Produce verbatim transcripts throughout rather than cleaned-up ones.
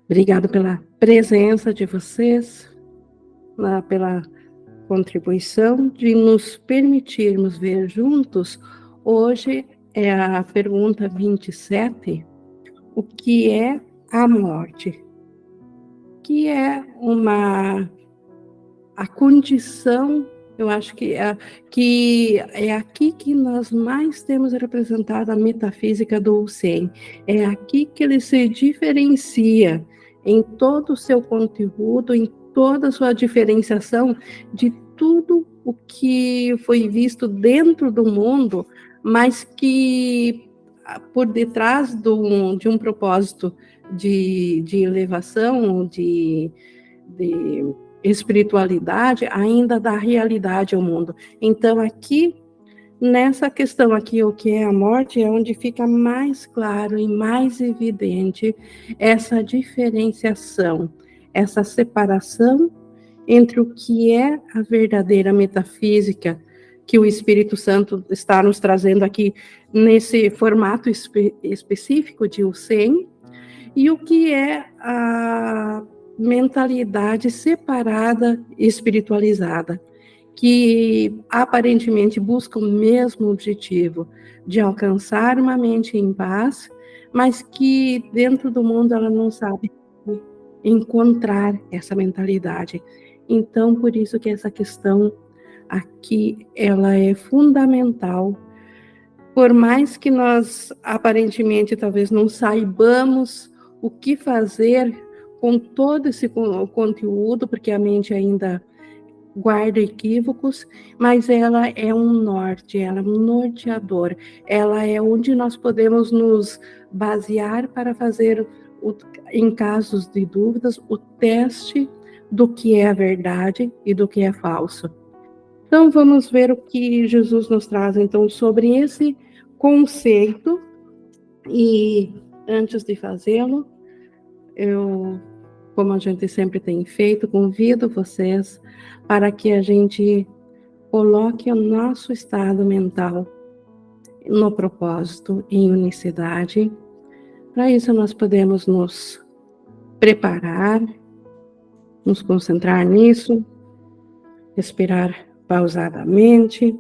Obrigado pela presença de vocês, na, pela contribuição de nos permitirmos ver juntos. Hoje é a pergunta vinte e sete, o que é a morte? Que é uma a condição, eu acho que é, que é aqui que nós mais temos representado a metafísica do Husserl. É aqui que ele se diferencia em todo o seu conteúdo, em toda a sua diferenciação de tudo o que foi visto dentro do mundo, mas que por detrás do, de um propósito de, de elevação, de, de espiritualidade, ainda dá realidade ao mundo. Então, aqui, nessa questão aqui, o que é a morte, é onde fica mais claro e mais evidente essa diferenciação, essa separação entre o que é a verdadeira metafísica que o Espírito Santo está nos trazendo aqui nesse formato espe- específico de Husserl, e o que é a mentalidade separada e espiritualizada, que aparentemente busca o mesmo objetivo de alcançar uma mente em paz, mas que dentro do mundo ela não sabe encontrar essa mentalidade. Então, por isso que essa questão aqui, ela é fundamental. Por mais que nós, aparentemente, talvez não saibamos o que fazer com todo esse conteúdo, porque a mente ainda guarda equívocos, mas ela é um norte, ela é um norteador, ela é onde nós podemos nos basear para fazer, o, em casos de dúvidas, o teste do que é a verdade e do que é falso. Então, vamos ver o que Jesus nos traz, então, sobre esse conceito. E, antes de fazê-lo, eu, como a gente sempre tem feito, convido vocês para que a gente coloque o nosso estado mental no propósito, em unicidade. Para isso, nós podemos nos preparar, nos concentrar nisso, respirar pausadamente,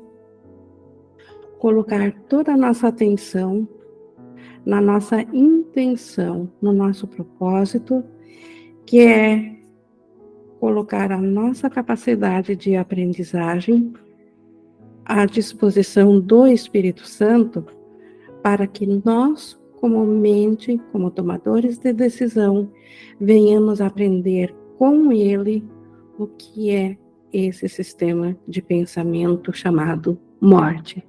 colocar toda a nossa atenção na nossa intenção, no nosso propósito, que é colocar a nossa capacidade de aprendizagem à disposição do Espírito Santo, para que nós, como mente, como tomadores de decisão, venhamos aprender com Ele o que é esse sistema de pensamento chamado morte.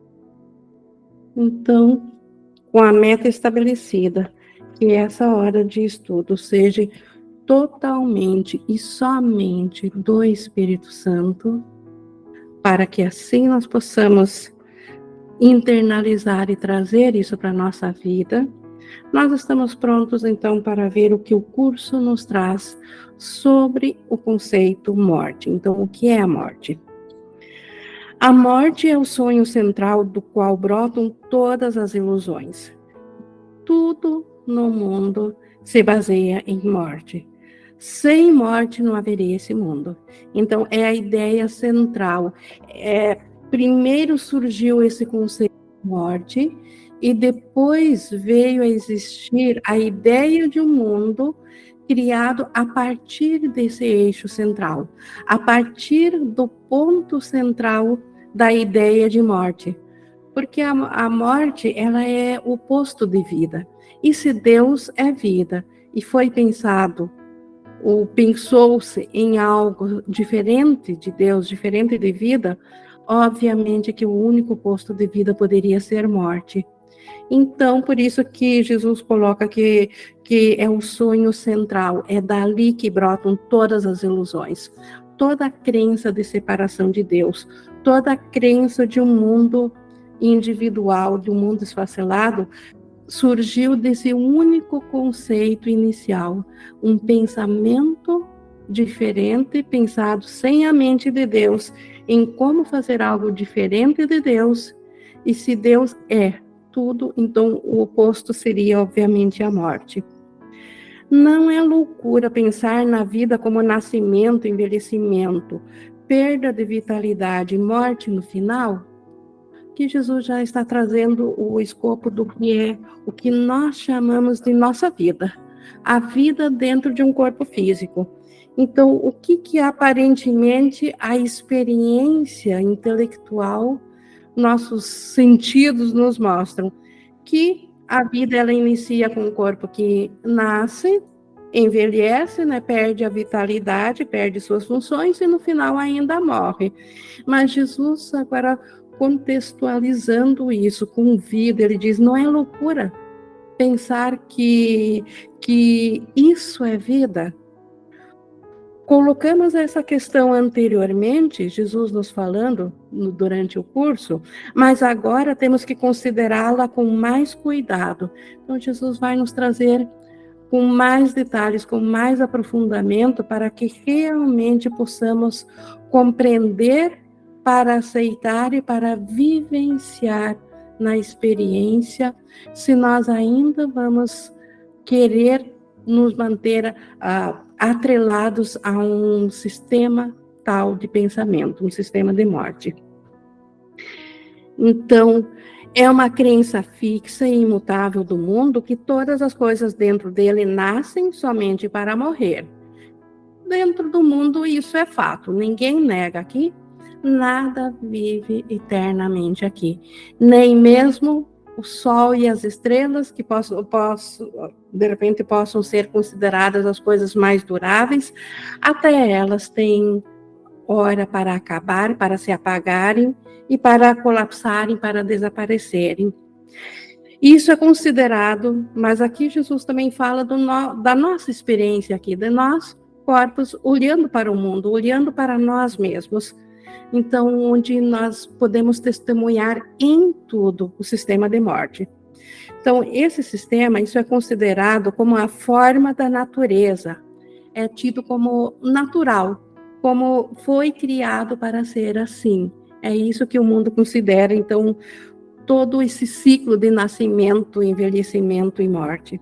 Então, com a meta estabelecida, que essa hora de estudo seja totalmente e somente do Espírito Santo, para que assim nós possamos internalizar e trazer isso para a nossa vida, nós estamos prontos então para ver o que o curso nos traz sobre o conceito morte. Então, o que é a morte? A morte é o sonho central do qual brotam todas as ilusões. Tudo no mundo se baseia em morte. Sem morte não haveria esse mundo. Então, é a ideia central. É, primeiro surgiu esse conceito de morte, e depois veio a existir a ideia de um mundo criado a partir desse eixo central, a partir do ponto central da ideia de morte. Porque a, a morte, ela é o oposto de vida. E se Deus é vida, e foi pensado, ou pensou-se em algo diferente de Deus, diferente de vida, obviamente que o único posto de vida poderia ser morte. Então, por isso que Jesus coloca que, que é o sonho central, é dali que brotam todas as ilusões, toda a crença de separação de Deus, toda a crença de um mundo individual, de um mundo esfacelado, surgiu desse único conceito inicial, um pensamento diferente, pensado sem a mente de Deus, em como fazer algo diferente de Deus, e se Deus é tudo, então o oposto seria, obviamente, a morte. Não é loucura pensar na vida como nascimento, envelhecimento, perda de vitalidade e morte no final? Que Jesus já está trazendo o escopo do que é o que nós chamamos de nossa vida, a vida dentro de um corpo físico. Então, o que, que aparentemente a experiência intelectual, nossos sentidos nos mostram? Que a vida ela inicia com um corpo que nasce, envelhece, né, perde a vitalidade, perde suas funções e no final ainda morre. Mas Jesus agora contextualizando isso com vida, ele diz, não é loucura pensar que, que isso é vida. Colocamos essa questão anteriormente, Jesus nos falando no, durante o curso, mas agora temos que considerá-la com mais cuidado. Então, Jesus vai nos trazer com mais detalhes, com mais aprofundamento, para que realmente possamos compreender, para aceitar e para vivenciar na experiência, se nós ainda vamos querer nos manter uh, atrelados a um sistema tal de pensamento, um sistema de morte. Então, é uma crença fixa e imutável do mundo que todas as coisas dentro dele nascem somente para morrer. Dentro do mundo, isso é fato, ninguém nega aqui, nada vive eternamente aqui, nem mesmo o sol e as estrelas, que possam, possam, de repente possam ser consideradas as coisas mais duráveis, até elas têm hora para acabar, para se apagarem e para colapsarem, para desaparecerem. Isso é considerado, mas aqui Jesus também fala do no, da nossa experiência aqui, de nós, corpos, olhando para o mundo, olhando para nós mesmos. Então, onde nós podemos testemunhar em tudo o sistema de morte. Então, esse sistema, isso é considerado como a forma da natureza, é tido como natural, como foi criado para ser assim. É isso que o mundo considera, então, todo esse ciclo de nascimento, envelhecimento e morte.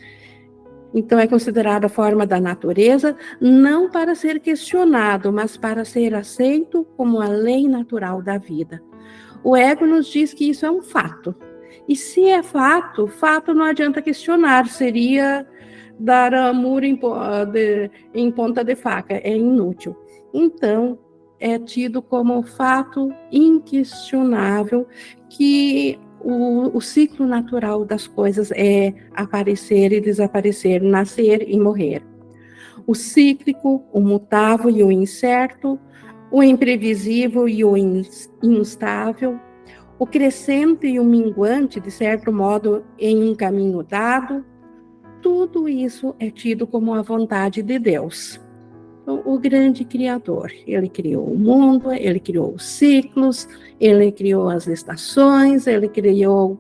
Então, é considerado a forma da natureza, não para ser questionado, mas para ser aceito como a lei natural da vida. O ego nos diz que isso é um fato. E se é fato, fato não adianta questionar, seria dar a muro em, de, em ponta de faca, é inútil. Então, é tido como fato inquestionável que O, o ciclo natural das coisas é aparecer e desaparecer, nascer e morrer. O cíclico, o mutável e o incerto, o imprevisível e o instável, o crescente e o minguante, de certo modo, em um caminho dado, tudo isso é tido como a vontade de Deus. O grande Criador, ele criou o mundo, ele criou os ciclos, ele criou as estações, ele criou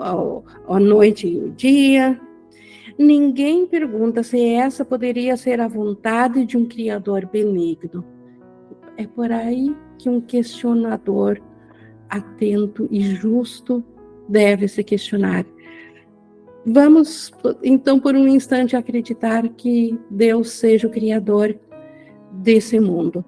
a, a noite e o dia. Ninguém pergunta se essa poderia ser a vontade de um Criador benigno. É por aí que um questionador atento e justo deve se questionar. Vamos, então, por um instante acreditar que Deus seja o Criador desse mundo.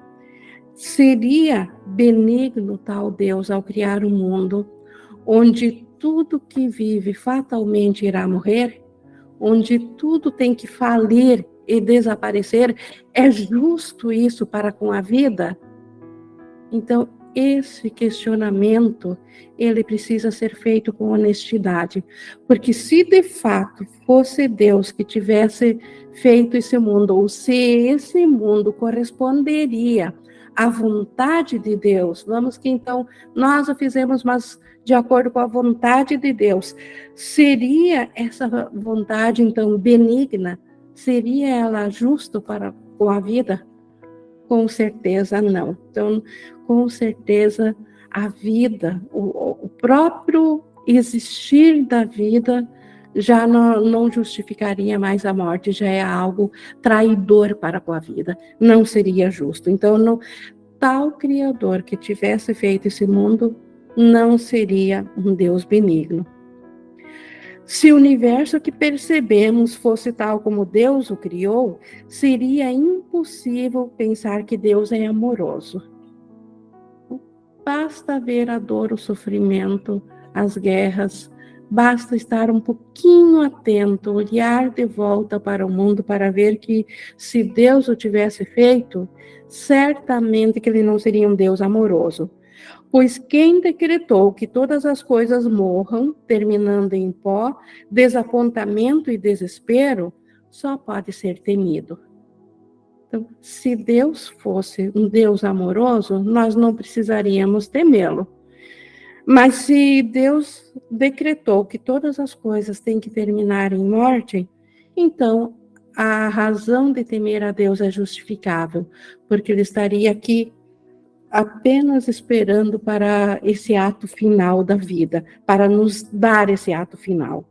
Seria benigno tal Deus ao criar um mundo onde tudo que vive fatalmente irá morrer, onde tudo tem que falir e desaparecer? É justo isso para com a vida? Então, esse questionamento, ele precisa ser feito com honestidade, porque se de fato fosse Deus que tivesse feito esse mundo, ou se esse mundo corresponderia à vontade de Deus, vamos que então nós o fizemos, mas de acordo com a vontade de Deus, seria essa vontade então benigna? Seria ela justa para com a vida? Com certeza não. Então, com certeza, a vida, o, o próprio existir da vida já não, não justificaria mais a morte, já é algo traidor para com a vida, não seria justo. Então, no, tal Criador que tivesse feito esse mundo, não seria um Deus benigno. Se o universo que percebemos fosse tal como Deus o criou, seria impossível pensar que Deus é amoroso. Basta ver a dor, o sofrimento, as guerras, basta estar um pouquinho atento, olhar de volta para o mundo para ver que, se Deus o tivesse feito, certamente que ele não seria um Deus amoroso. Pois quem decretou que todas as coisas morram, terminando em pó, desapontamento e desespero, só pode ser temido. Então, se Deus fosse um Deus amoroso, nós não precisaríamos temê-lo. Mas se Deus decretou que todas as coisas têm que terminar em morte, então a razão de temer a Deus é justificável, porque ele estaria aqui apenas esperando para esse ato final da vida, para nos dar esse ato final.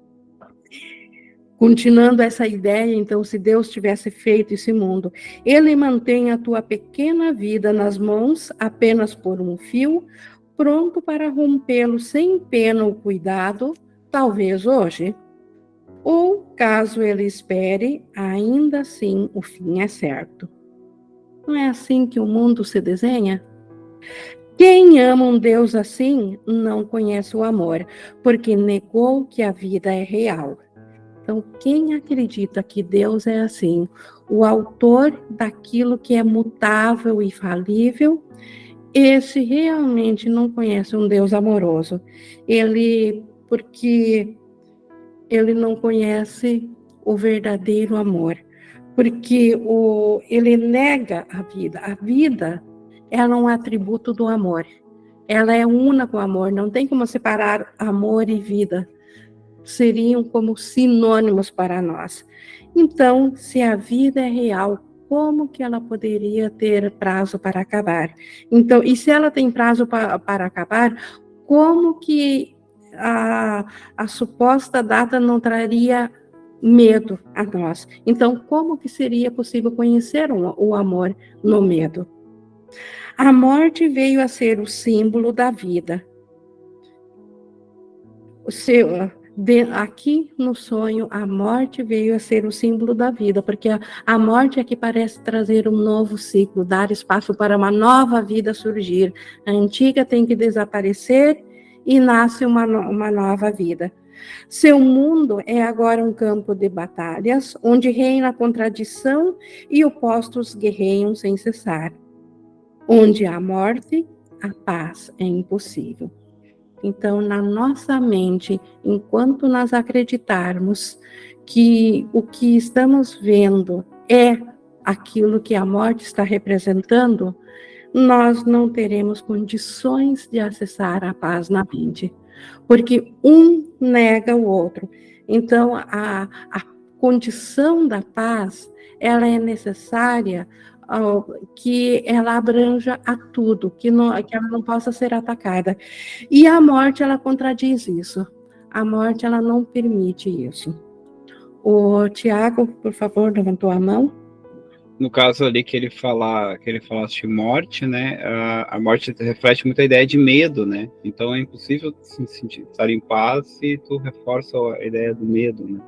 Continuando essa ideia, então, se Deus tivesse feito esse mundo, ele mantém a tua pequena vida nas mãos apenas por um fio, pronto para rompê-lo sem pena ou cuidado, talvez hoje. Ou, caso ele espere, ainda assim o fim é certo. Não é assim que o mundo se desenha? Quem ama um Deus assim não conhece o amor, porque negou que a vida é real. Então, quem acredita que Deus é assim, o autor daquilo que é mutável e falível, esse realmente não conhece um Deus amoroso. Ele, porque ele não conhece o verdadeiro amor. Porque o, ele nega a vida. A vida, ela é um atributo do amor. Ela é una com o amor. Não tem como separar amor e vida. Seriam como sinônimos para nós. Então, se a vida é real, como que ela poderia ter prazo para acabar? Então, e se ela tem prazo para, para acabar, como que a, a suposta data não traria medo a nós? Então, como que seria possível conhecer o, o amor no medo? A morte veio a ser o símbolo da vida. O seu, de, aqui no sonho, a morte veio a ser o símbolo da vida, porque a, a morte é que parece trazer um novo ciclo, dar espaço para uma nova vida surgir. A antiga tem que desaparecer e nasce uma, uma nova vida. Seu mundo é agora um campo de batalhas, onde reina a contradição e opostos guerreiam sem cessar. Onde há morte, a paz é impossível. Então, na nossa mente, enquanto nós acreditarmos que o que estamos vendo é aquilo que a morte está representando, nós não teremos condições de acessar a paz na mente, porque um nega o outro. Então, a, a condição da paz, ela é necessária uh, que ela abranja a tudo, que, não, que ela não possa ser atacada. E a morte, ela contradiz isso. A morte, ela não permite isso. O Tiago, por favor, levantou a mão. No caso ali que ele fala, que ele falasse de morte, né? A, a morte reflete muito a ideia de medo, né? Então é impossível se sentir, estar em paz se tu reforça a ideia do medo, né?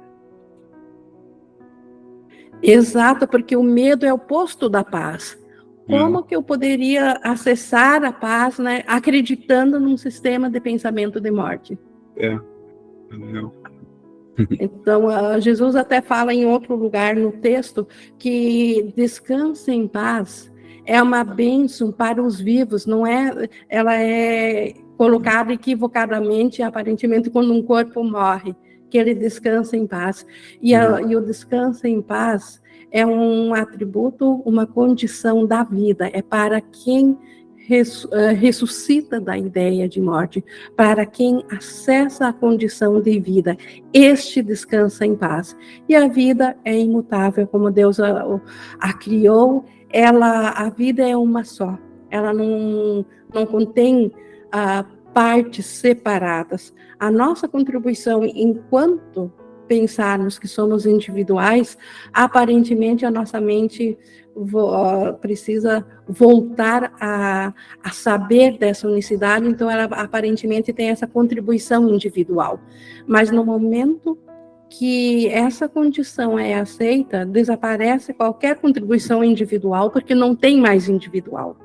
Exato, porque o medo é o oposto da paz. Como é. que eu poderia acessar a paz, né, acreditando num sistema de pensamento de morte? É, é legal. Então, uh, Jesus até fala em outro lugar no texto que descansa em paz é uma bênção para os vivos, não é? Ela é colocada equivocadamente, aparentemente, quando um corpo morre, que ele descansa em paz. E, a, e o descanso em paz é um atributo, uma condição da vida, é para quem ressuscita da ideia de morte, para quem acessa a condição de vida, este descansa em paz. E a vida é imutável, como Deus a, a criou, ela, a vida é uma só, ela não, não contém ah, partes separadas. A nossa contribuição, enquanto pensarmos que somos individuais, aparentemente a nossa mente vo, precisa voltar a, a saber dessa unicidade, então ela aparentemente tem essa contribuição individual. Mas no momento que essa condição é aceita, desaparece qualquer contribuição individual, porque não tem mais individual.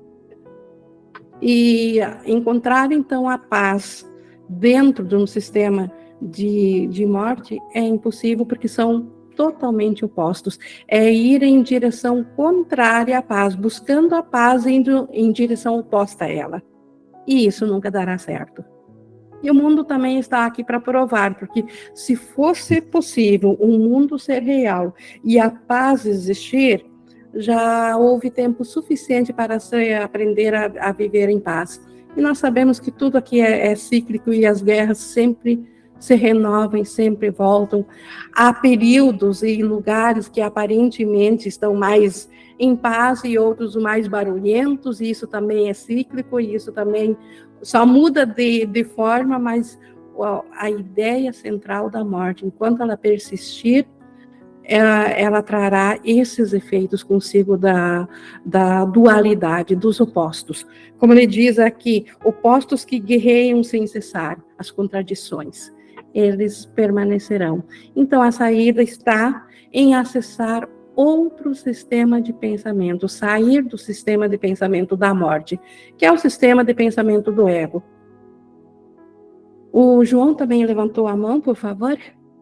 E encontrar, então, a paz dentro de um sistema de, de morte é impossível, porque são totalmente opostos. É ir em direção contrária à paz, buscando a paz indo em direção oposta a ela. E isso nunca dará certo. E o mundo também está aqui para provar, porque se fosse possível um mundo ser real e a paz existir, já houve tempo suficiente para se aprender a, a viver em paz. E nós sabemos que tudo aqui é, é cíclico e as guerras sempre se renovam e sempre voltam. Há períodos e lugares que aparentemente estão mais em paz e outros mais barulhentos, e isso também é cíclico, e isso também só muda de, de forma, mas a ideia central da morte, enquanto ela persistir, ela, ela trará esses efeitos consigo da, da dualidade, dos opostos. Como ele diz aqui, opostos que guerreiam sem cessar, as contradições, eles permanecerão. Então, a saída está em acessar outro sistema de pensamento, sair do sistema de pensamento da morte, que é o sistema de pensamento do ego. O João também levantou a mão, por favor.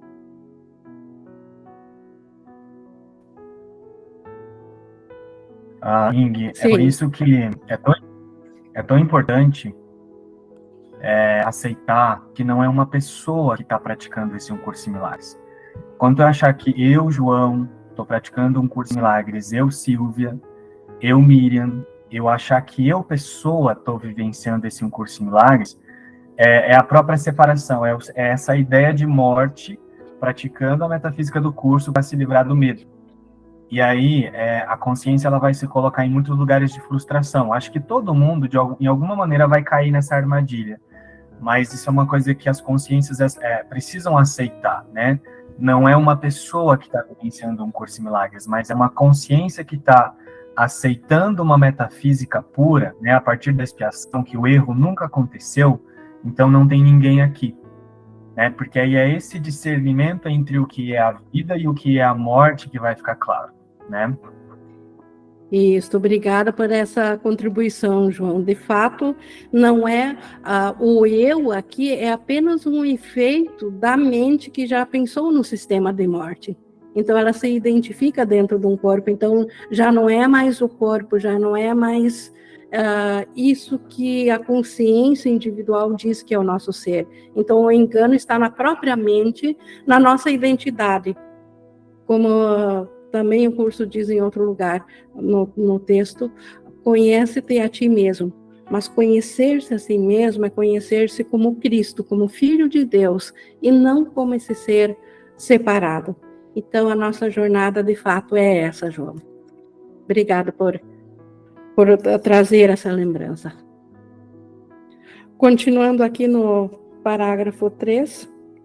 Ah, Ing, é por isso que é tão, é tão importante é, aceitar que não é uma pessoa que está praticando esse um curso em milagres. Quando eu achar que eu, João, estou praticando um curso em milagres, eu, Silvia, eu, Miriam, eu achar que eu, pessoa, estou vivenciando esse um curso em milagres, é, é a própria separação, é, é essa ideia de morte, praticando a metafísica do curso para se livrar do medo. E aí, é, a consciência ela vai se colocar em muitos lugares de frustração. Acho que todo mundo, de, em alguma maneira, vai cair nessa armadilha. Mas isso é uma coisa que as consciências é, precisam aceitar, né? Não é uma pessoa que está vivenciando um curso em milagres, mas é uma consciência que está aceitando uma metafísica pura, né? A partir da expiação, que o erro nunca aconteceu, então não tem ninguém aqui. Né? Porque aí é esse discernimento entre o que é a vida e o que é a morte que vai ficar claro, né? Isso, obrigada por essa contribuição, João. De fato, não é ah, o eu aqui é apenas um efeito da mente que já pensou no sistema de morte. Então, ela se identifica dentro de um corpo. Então, já não é mais o corpo, já não é mais Uh, isso que a consciência individual diz que é o nosso ser. Então, o engano está na própria mente, na nossa identidade. Como uh, também o curso diz em outro lugar, no, no texto, conhece-te a ti mesmo. Mas conhecer-se a si mesmo é conhecer-se como Cristo, como Filho de Deus, e não como esse ser separado. Então, a nossa jornada, de fato, é essa, João. Obrigada por por trazer essa lembrança. Continuando aqui no parágrafo três,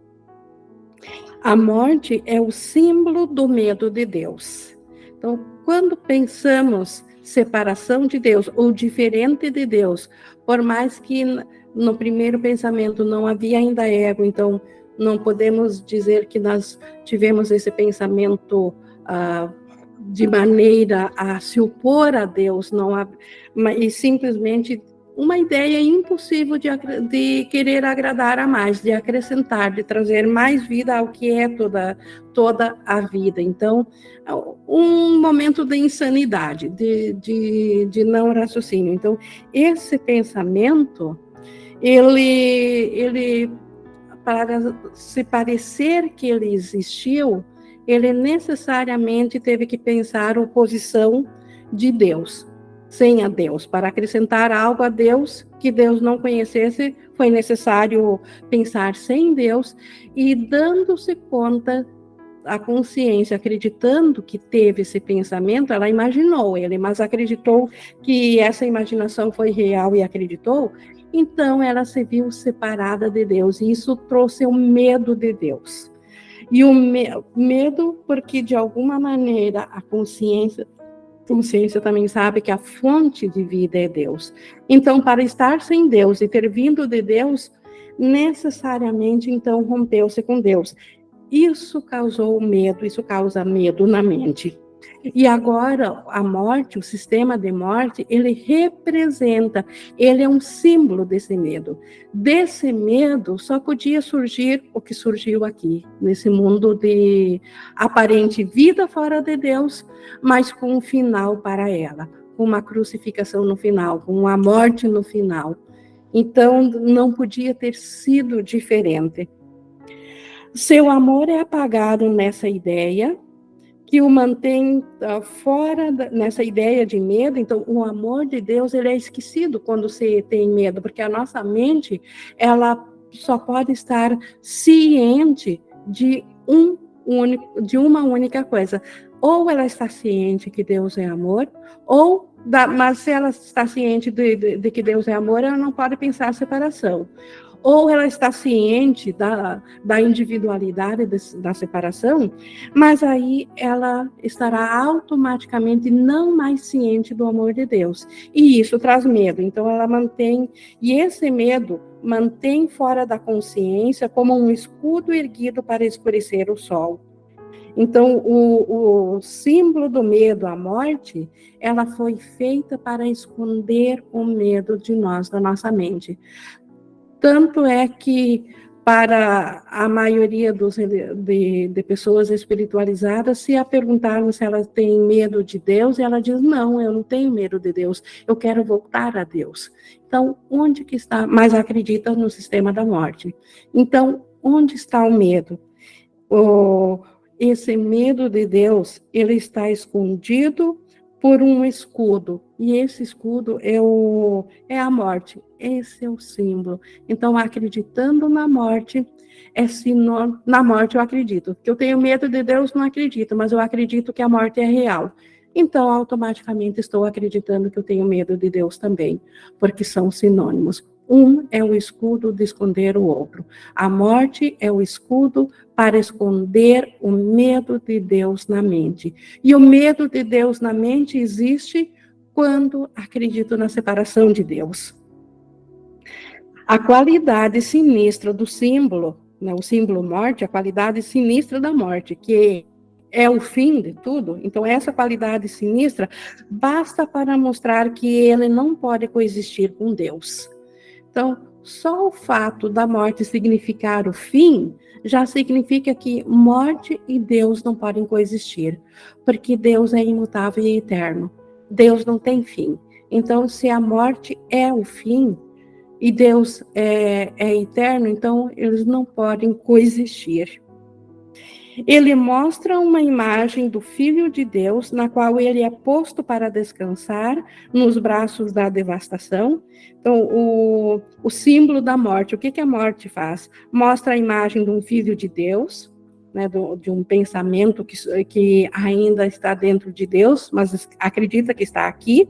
a morte é o símbolo do medo de Deus. Então, quando pensamos separação de Deus ou diferente de Deus, por mais que no primeiro pensamento não havia ainda ego, então não podemos dizer que nós tivemos esse pensamento uh, de maneira a se opor a Deus, não há, e simplesmente uma ideia impossível de, de querer agradar a mais, de acrescentar, de trazer mais vida ao que é toda, toda a vida. Então, um momento de insanidade, de, de, de não raciocínio. Então, esse pensamento, ele, ele, para se parecer que ele existiu, ele necessariamente teve que pensar a oposição de Deus, sem a Deus. Para acrescentar algo a Deus que Deus não conhecesse, foi necessário pensar sem Deus, e dando-se conta, a consciência, acreditando que teve esse pensamento, ela imaginou ele, mas acreditou que essa imaginação foi real e acreditou, então ela se viu separada de Deus, e isso trouxe o medo de Deus. E o me- medo, porque de alguma maneira a consciência consciência também sabe que a fonte de vida é Deus. Então, para estar sem Deus e ter vindo de Deus, necessariamente, então, rompeu-se com Deus. Isso causou medo, isso causa medo na mente. E agora, a morte, o sistema de morte, ele representa, ele é um símbolo desse medo. Desse medo só podia surgir o que surgiu aqui, nesse mundo de aparente vida fora de Deus, mas com um final para ela, com uma crucificação no final, com uma morte no final. Então, não podia ter sido diferente. Seu amor é apagado nessa ideia, que o mantém uh, fora da, nessa ideia de medo. Então, o amor de Deus, ele é esquecido quando você tem medo, porque a nossa mente, ela só pode estar ciente de, um único, de uma única coisa. Ou ela está ciente que Deus é amor, ou, da, mas se ela está ciente de, de, de que Deus é amor, ela não pode pensar separação. Ou ela está ciente da, da individualidade de, da separação, mas aí ela estará automaticamente não mais ciente do amor de Deus. E isso traz medo. Então ela mantém, e esse medo mantém fora da consciência como um escudo erguido para escurecer o sol. Então, o, o símbolo do medo, a morte, ela foi feita para esconder o medo de nós, da nossa mente. Tanto é que, para a maioria dos, de, de pessoas espiritualizadas, se a perguntarmos se elas têm medo de Deus, ela diz, não, eu não tenho medo de Deus, eu quero voltar a Deus. Então, onde que está? Mas acredita no sistema da morte. Então, onde está o medo? O, esse medo de Deus, ele está escondido por um escudo, e esse escudo é, o, é a morte, esse é o símbolo. Então, acreditando na morte, é sinônimo, na morte eu acredito, que eu tenho medo de Deus, não acredito, mas eu acredito que a morte é real. Então, automaticamente estou acreditando que eu tenho medo de Deus também, porque são sinônimos. Um é o escudo de esconder o outro. A morte é o escudo para esconder o medo de Deus na mente. E o medo de Deus na mente existe quando acredito na separação de Deus. A qualidade sinistra do símbolo, né, o símbolo morte, a qualidade sinistra da morte, que é o fim de tudo. Então, essa qualidade sinistra basta para mostrar que ele não pode coexistir com Deus. Então, só o fato da morte significar o fim, já significa que morte e Deus não podem coexistir, porque Deus é imutável e eterno. Deus não tem fim. Então, se a morte é o fim, e Deus é, é eterno, então eles não podem coexistir. Ele mostra uma imagem do Filho de Deus, na qual ele é posto para descansar nos braços da devastação. Então, o, o símbolo da morte, o que, que a morte faz? Mostra a imagem de um Filho de Deus, né, do, de um pensamento que, que ainda está dentro de Deus, mas acredita que está aqui.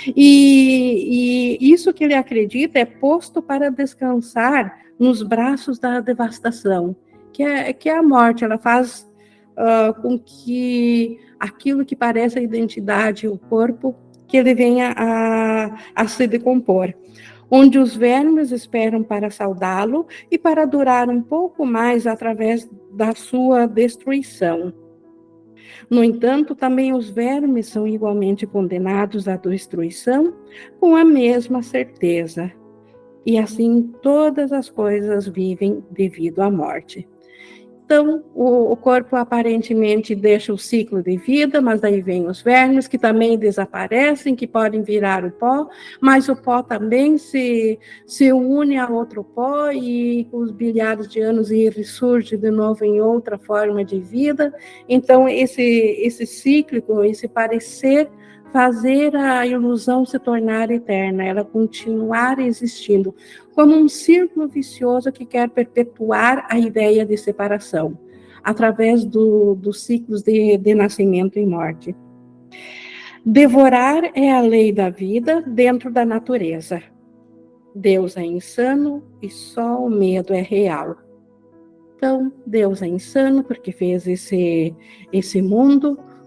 E, e isso que ele acredita é posto para descansar nos braços da devastação. Que é, que é a morte, ela faz uh, com que aquilo que parece a identidade, o corpo, que ele venha a, a se decompor. Onde os vermes esperam para saudá-lo e para durar um pouco mais através da sua destruição. No entanto, também os vermes são igualmente condenados à destruição com a mesma certeza. E assim todas as coisas vivem devido à morte. Então, o, o corpo aparentemente deixa o ciclo de vida, mas daí vem os vermes que também desaparecem, que podem virar o pó, mas o pó também se, se une a outro pó e com os bilhares de anos e ressurge de novo em outra forma de vida. Então, esse, esse cíclico, esse parecer, fazer a ilusão se tornar eterna, ela continuar existindo, como um círculo vicioso que quer perpetuar a ideia de separação, através do, dos ciclos de, de nascimento e morte. Devorar é a lei da vida dentro da natureza. Deus é insano e só o medo é real. Então, Deus é insano porque fez esse, esse mundo,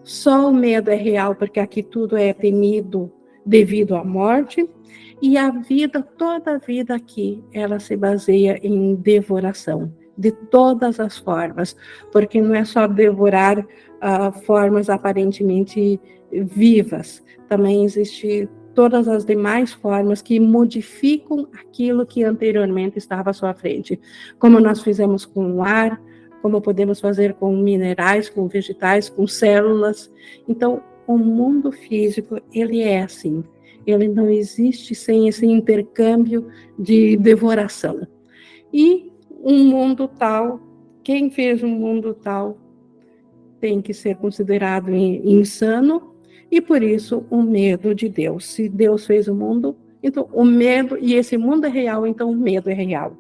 só o medo é real, porque aqui tudo é temido devido à morte, e a vida, toda a vida aqui, ela se baseia em devoração, de todas as formas, porque não é só devorar uh, formas aparentemente vivas, também existe todas as demais formas que modificam aquilo que anteriormente estava à sua frente, como nós fizemos com o ar, como podemos fazer com minerais, com vegetais, com células. Então, o mundo físico, ele é assim, ele não existe sem esse intercâmbio de devoração. E um mundo tal, quem fez um mundo tal tem que ser considerado insano, e por isso o medo de Deus. Se Deus fez o mundo, então o medo, e esse mundo é real, então o medo é real.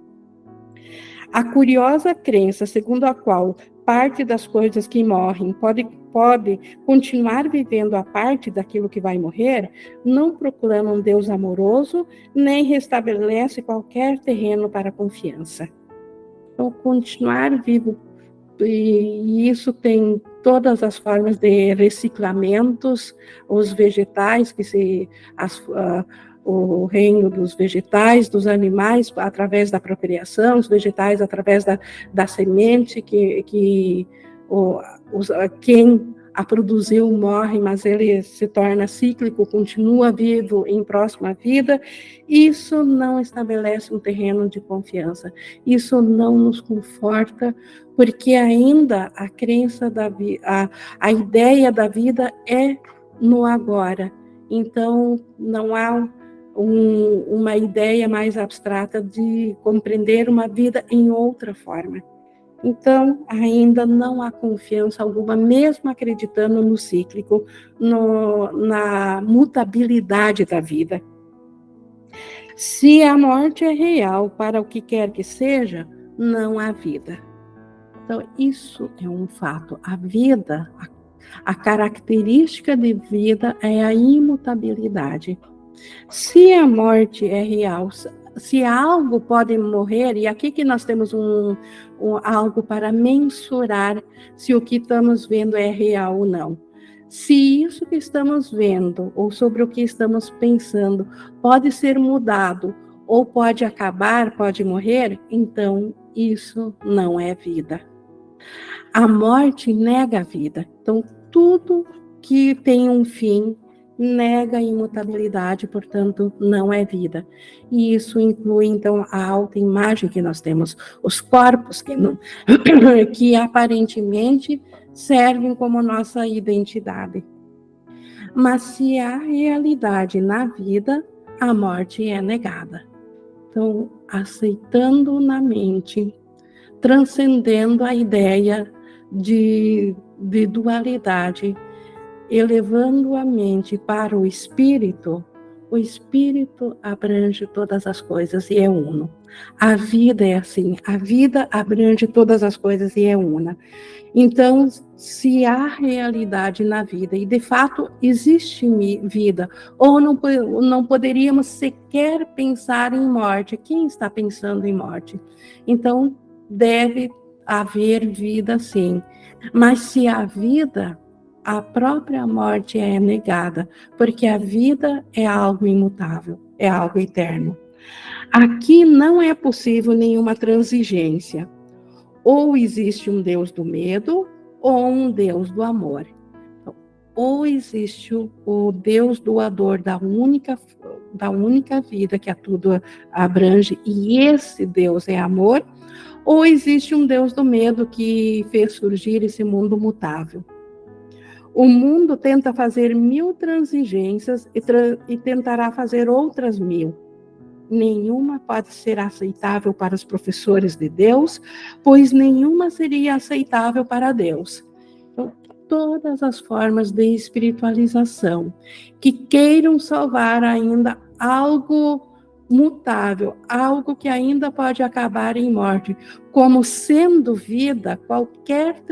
A curiosa crença segundo a qual parte das coisas que morrem pode, pode continuar vivendo a parte daquilo que vai morrer, não proclama um Deus amoroso, nem restabelece qualquer terreno para a confiança. Então, continuar vivo, e isso tem todas as formas de reciclamentos, os vegetais, que se... As, uh, o reino dos vegetais, dos animais, através da procriação, os vegetais através da, da semente, que, que o, os, quem a produziu morre, mas ele se torna cíclico, continua vivo em próxima vida. Isso não estabelece um terreno de confiança, isso não nos conforta, porque ainda a crença da vida, a, a ideia da vida é no agora, então não há Um, uma ideia mais abstrata de compreender uma vida em outra forma. Então, ainda não há confiança alguma, mesmo acreditando no cíclico, no, na mutabilidade da vida. Se a morte é real para o que quer que seja, não há vida. Então, isso é um fato. A vida, a, a característica de vida é a imutabilidade. Se a morte é real, se algo pode morrer, e aqui que nós temos um, um, algo para mensurar se o que estamos vendo é real ou não. Se isso que estamos vendo, ou sobre o que estamos pensando, pode ser mudado, ou pode acabar, pode morrer, então isso não é vida. A morte nega a vida. Então, tudo que tem um fim nega a imutabilidade, portanto, não é vida. E isso inclui, então, a autoimagem que nós temos, os corpos que, não, que aparentemente servem como nossa identidade. Mas se há realidade na vida, a morte é negada. Então, aceitando na mente, transcendendo a ideia de, de dualidade, elevando a mente para o espírito, o espírito abrange todas as coisas e é uno. A vida é assim, a vida abrange todas as coisas e é una. Então, se há realidade na vida, e de fato existe vida, ou não, não poderíamos sequer pensar em morte, quem está pensando em morte? Então, deve haver vida sim, mas se há vida, a própria morte é negada, porque a vida é algo imutável, é algo eterno. Aqui não é possível nenhuma transigência. Ou existe um Deus do medo, ou um Deus do amor. Ou existe o Deus doador da única, da única vida que a tudo abrange, e esse Deus é amor, ou existe um Deus do medo que fez surgir esse mundo mutável. O mundo tenta fazer mil transigências e, tra- e tentará fazer outras mil. Nenhuma pode ser aceitável para os professores de Deus, pois nenhuma seria aceitável para Deus. Então, todas as formas de espiritualização que queiram salvar ainda algo mutável, algo que ainda pode acabar em morte, como sendo vida, qualquer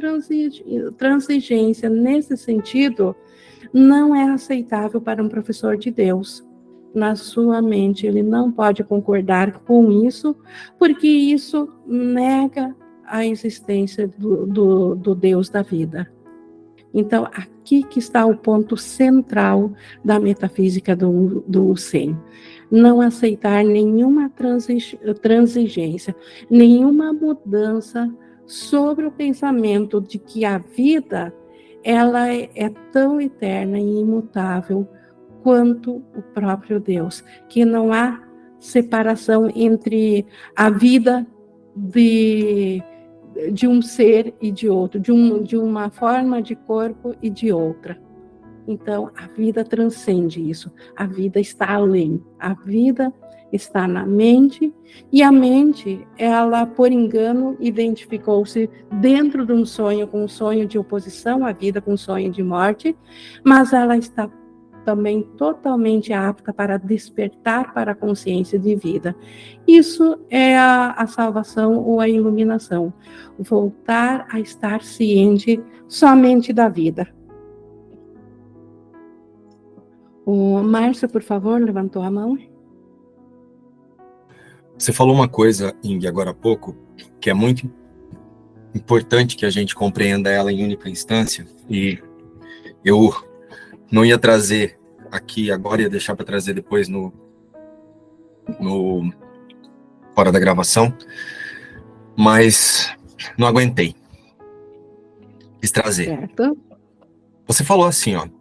transigência nesse sentido não é aceitável para um professor de Deus. Na sua mente, ele não pode concordar com isso, porque isso nega a existência do, do, do Deus da vida. Então, aqui que está o ponto central da metafísica do, do Zen. Não aceitar nenhuma transigência, nenhuma mudança sobre o pensamento de que a vida ela é, é tão eterna e imutável quanto o próprio Deus, que não há separação entre a vida de, de um ser e de outro, de, um, de uma forma de corpo e de outra. Então, a vida transcende isso, a vida está além, a vida está na mente, e a mente, ela, por engano, identificou-se dentro de um sonho, com um sonho de oposição à vida, com um sonho de morte, mas ela está também totalmente apta para despertar para a consciência de vida. Isso é a, a salvação ou a iluminação, voltar a estar ciente somente da vida. O Márcio, por favor, levantou a mão. Você falou uma coisa, Ing, agora há pouco, que é muito importante que a gente compreenda ela em única instância, e eu não ia trazer aqui agora, ia deixar para trazer depois no, no fora da gravação, mas não aguentei. Quis trazer. Certo. Você falou assim, ó,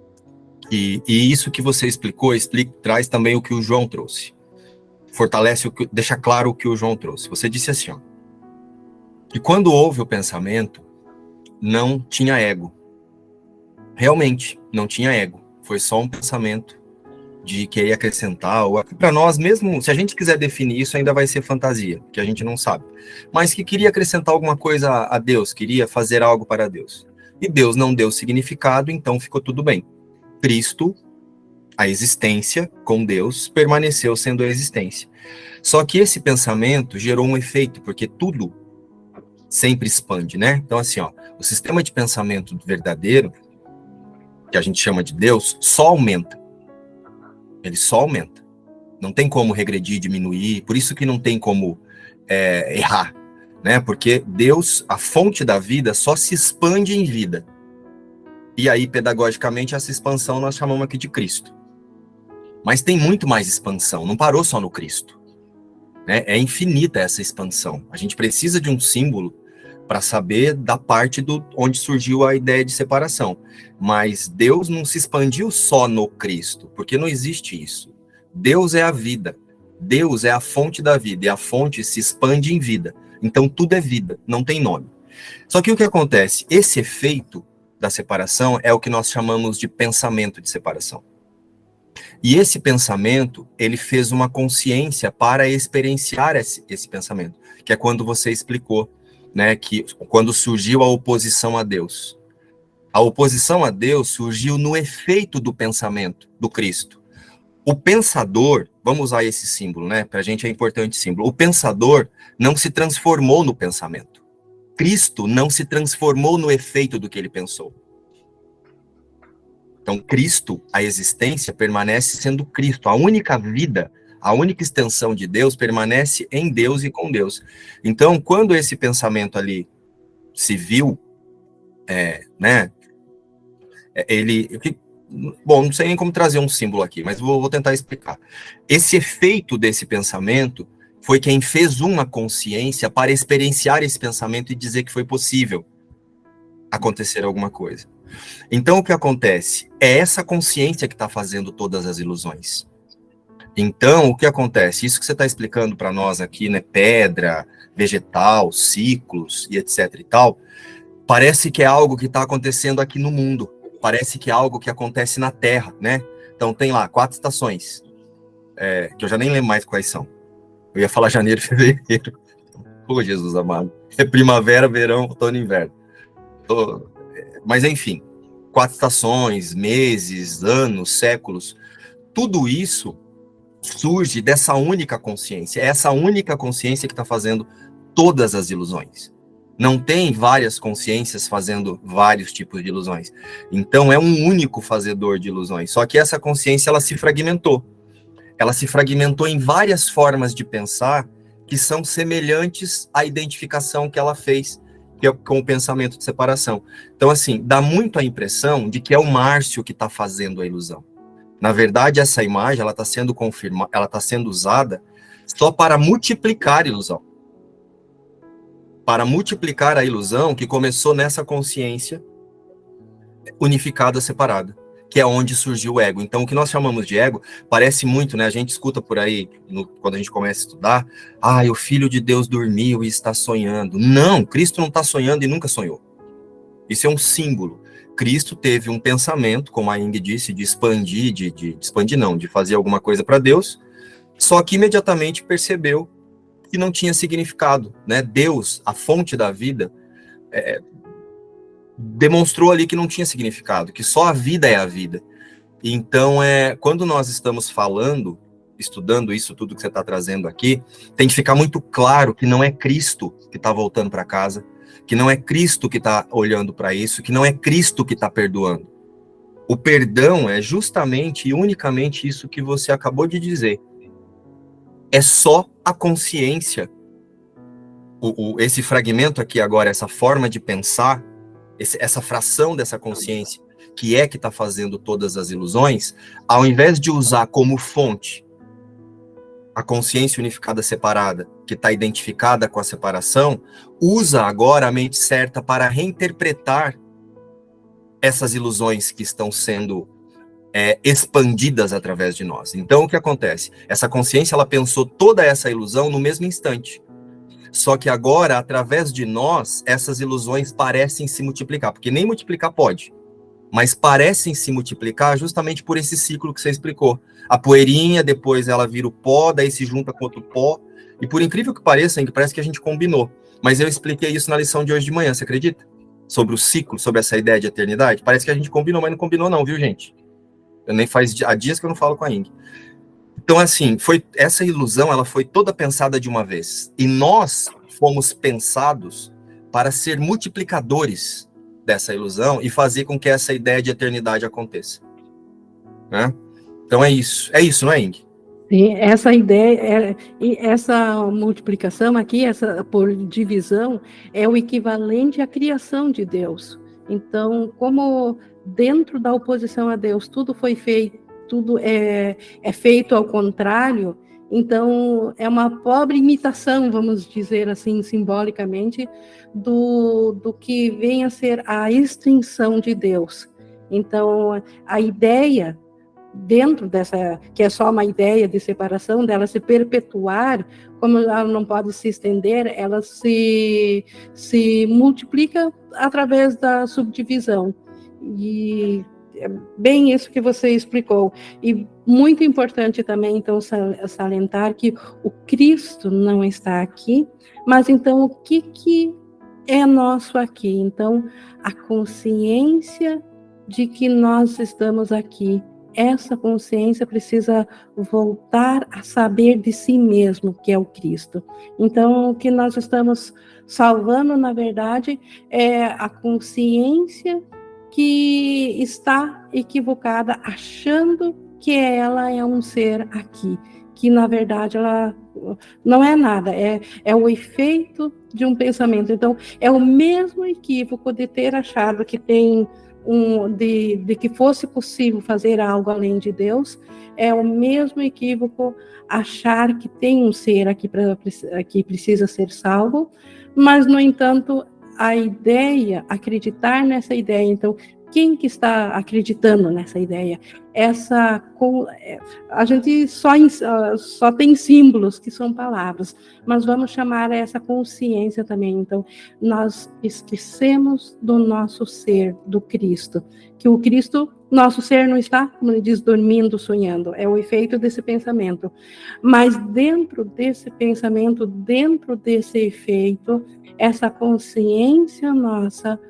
e, e isso que você explicou, explica, traz também o que o João trouxe. Fortalece, o que, deixa claro o que o João trouxe. Você disse assim, ó, que quando houve o pensamento, não tinha ego. Realmente, não tinha ego. Foi só um pensamento de querer acrescentar, ou para nós mesmo, se a gente quiser definir isso, ainda vai ser fantasia, que a gente não sabe. Mas que queria acrescentar alguma coisa a Deus, queria fazer algo para Deus. E Deus não deu significado, então ficou tudo bem. Cristo, a existência com Deus, permaneceu sendo a existência. Só que esse pensamento gerou um efeito, porque tudo sempre expande, né? Então, assim, ó, o sistema de pensamento verdadeiro, que a gente chama de Deus, só aumenta. Ele só aumenta. Não tem como regredir, diminuir, por isso que não tem como é, errar, né? Porque Deus, a fonte da vida, só se expande em vida. E aí, pedagogicamente, essa expansão nós chamamos aqui de Cristo. Mas tem muito mais expansão, não parou só no Cristo. Né? É infinita essa expansão. A gente precisa de um símbolo para saber da parte do onde surgiu a ideia de separação. Mas Deus não se expandiu só no Cristo, porque não existe isso. Deus é a vida. Deus é a fonte da vida, e a fonte se expande em vida. Então tudo é vida, não tem nome. Só que o que acontece? Esse efeito da separação é o que nós chamamos de pensamento de separação. E esse pensamento, ele fez uma consciência para experienciar esse, esse pensamento, que é quando você explicou, né, que quando surgiu a oposição a Deus. A oposição a Deus surgiu no efeito do pensamento do Cristo. O pensador, vamos usar esse símbolo, né, para a gente é importante símbolo, o pensador não se transformou no pensamento. Cristo não se transformou no efeito do que ele pensou. Então, Cristo, a existência, permanece sendo Cristo. A única vida, a única extensão de Deus permanece em Deus e com Deus. Então, quando esse pensamento ali se viu, é, né, ele... Bom, não sei nem como trazer um símbolo aqui, mas vou, vou tentar explicar. Esse efeito desse pensamento foi quem fez uma consciência para experienciar esse pensamento e dizer que foi possível acontecer alguma coisa. Então, o que acontece? É essa consciência que está fazendo todas as ilusões. Então, o que acontece? Isso que você está explicando para nós aqui, né? Pedra, vegetal, ciclos e etc e tal, parece que é algo que está acontecendo aqui no mundo. Parece que é algo que acontece na Terra, né? Então, tem lá quatro estações, é, que eu já nem lembro mais quais são. Eu ia falar janeiro e fevereiro. Ô, Jesus amado. É primavera, verão, outono e inverno. Tô... Mas, enfim, quatro estações, meses, anos, séculos, tudo isso surge dessa única consciência. É essa única consciência que está fazendo todas as ilusões. Não tem várias consciências fazendo vários tipos de ilusões. Então, é um único fazedor de ilusões. Só que essa consciência, ela se fragmentou. Ela se fragmentou em várias formas de pensar que são semelhantes à identificação que ela fez, que é com o pensamento de separação. Então, assim, dá muito a impressão de que é o Márcio que está fazendo a ilusão. Na verdade, essa imagem, ela está sendo confirmada, ela está sendo usada só para multiplicar a ilusão. Para multiplicar a ilusão que começou nessa consciência unificada, separada, que é onde surgiu o ego. Então, o que nós chamamos de ego, parece muito, né? A gente escuta por aí, no, quando a gente começa a estudar, ah, o Filho de Deus dormiu e está sonhando. Não, Cristo não está sonhando e nunca sonhou. Isso é um símbolo. Cristo teve um pensamento, como a Ing disse, de expandir, de, de, de expandir não, de fazer alguma coisa para Deus, só que imediatamente percebeu que não tinha significado, né? Deus, a fonte da vida, é, demonstrou ali que não tinha significado, que só a vida é a vida. Então, é, quando nós estamos falando, estudando isso tudo que você está trazendo aqui, tem que ficar muito claro que não é Cristo que está voltando para casa, que não é Cristo que está olhando para isso, que não é Cristo que está perdoando. O perdão é justamente e unicamente isso que você acabou de dizer. É só a consciência. O, o, esse fragmento aqui agora, essa forma de pensar, esse, essa fração dessa consciência, que é que está fazendo todas as ilusões, ao invés de usar como fonte a consciência unificada separada, que está identificada com a separação, usa agora a mente certa para reinterpretar essas ilusões que estão sendo é, expandidas através de nós. Então, o que acontece? Essa consciência, ela pensou toda essa ilusão no mesmo instante. Só que agora, através de nós, essas ilusões parecem se multiplicar, porque nem multiplicar pode, mas parecem se multiplicar justamente por esse ciclo que você explicou. A poeirinha, depois ela vira o pó, daí se junta com outro pó, e por incrível que pareça, parece que a gente combinou. Mas eu expliquei isso na lição de hoje de manhã, você acredita? Sobre o ciclo, sobre essa ideia de eternidade. Parece que a gente combinou, mas não combinou não, viu, gente? Eu nem faz há dias que eu não falo com a Ing. Então, assim, foi, essa ilusão, ela foi toda pensada de uma vez. E nós fomos pensados para ser multiplicadores dessa ilusão e fazer com que essa ideia de eternidade aconteça. Né? Então é isso. É isso, não é, Ing? Sim, essa ideia, é, e essa multiplicação aqui, essa por divisão, é o equivalente à criação de Deus. Então, como dentro da oposição a Deus tudo foi feito, tudo é, é feito ao contrário, então é uma pobre imitação, vamos dizer assim, simbolicamente, do, do que vem a ser a extinção de Deus. Então, a ideia dentro dessa, que é só uma ideia de separação, dela se perpetuar, como ela não pode se estender, ela se, se multiplica através da subdivisão. E é bem isso que você explicou. E muito importante também, então, salientar que o Cristo não está aqui, mas então o que, que é nosso aqui? Então, a consciência de que nós estamos aqui, essa consciência precisa voltar a saber de si mesmo, que é o Cristo. Então, o que nós estamos salvando, na verdade, é a consciência que está equivocada, achando que ela é um ser aqui, que, na verdade, ela não é nada, é, é o efeito de um pensamento. Então, é o mesmo equívoco de ter achado que tem Um, de, de que fosse possível fazer algo além de Deus, é o mesmo equívoco achar que tem um ser aqui pra, que precisa ser salvo, mas, no entanto, a ideia, acreditar nessa ideia, então, quem que está acreditando nessa ideia? Essa, a gente só, só tem símbolos que são palavras, mas vamos chamar essa consciência também. Então, nós esquecemos do nosso ser, do Cristo, que o Cristo, nosso ser não está, como ele diz, dormindo, sonhando, é o efeito desse pensamento. Mas dentro desse pensamento, dentro desse efeito, essa consciência nossa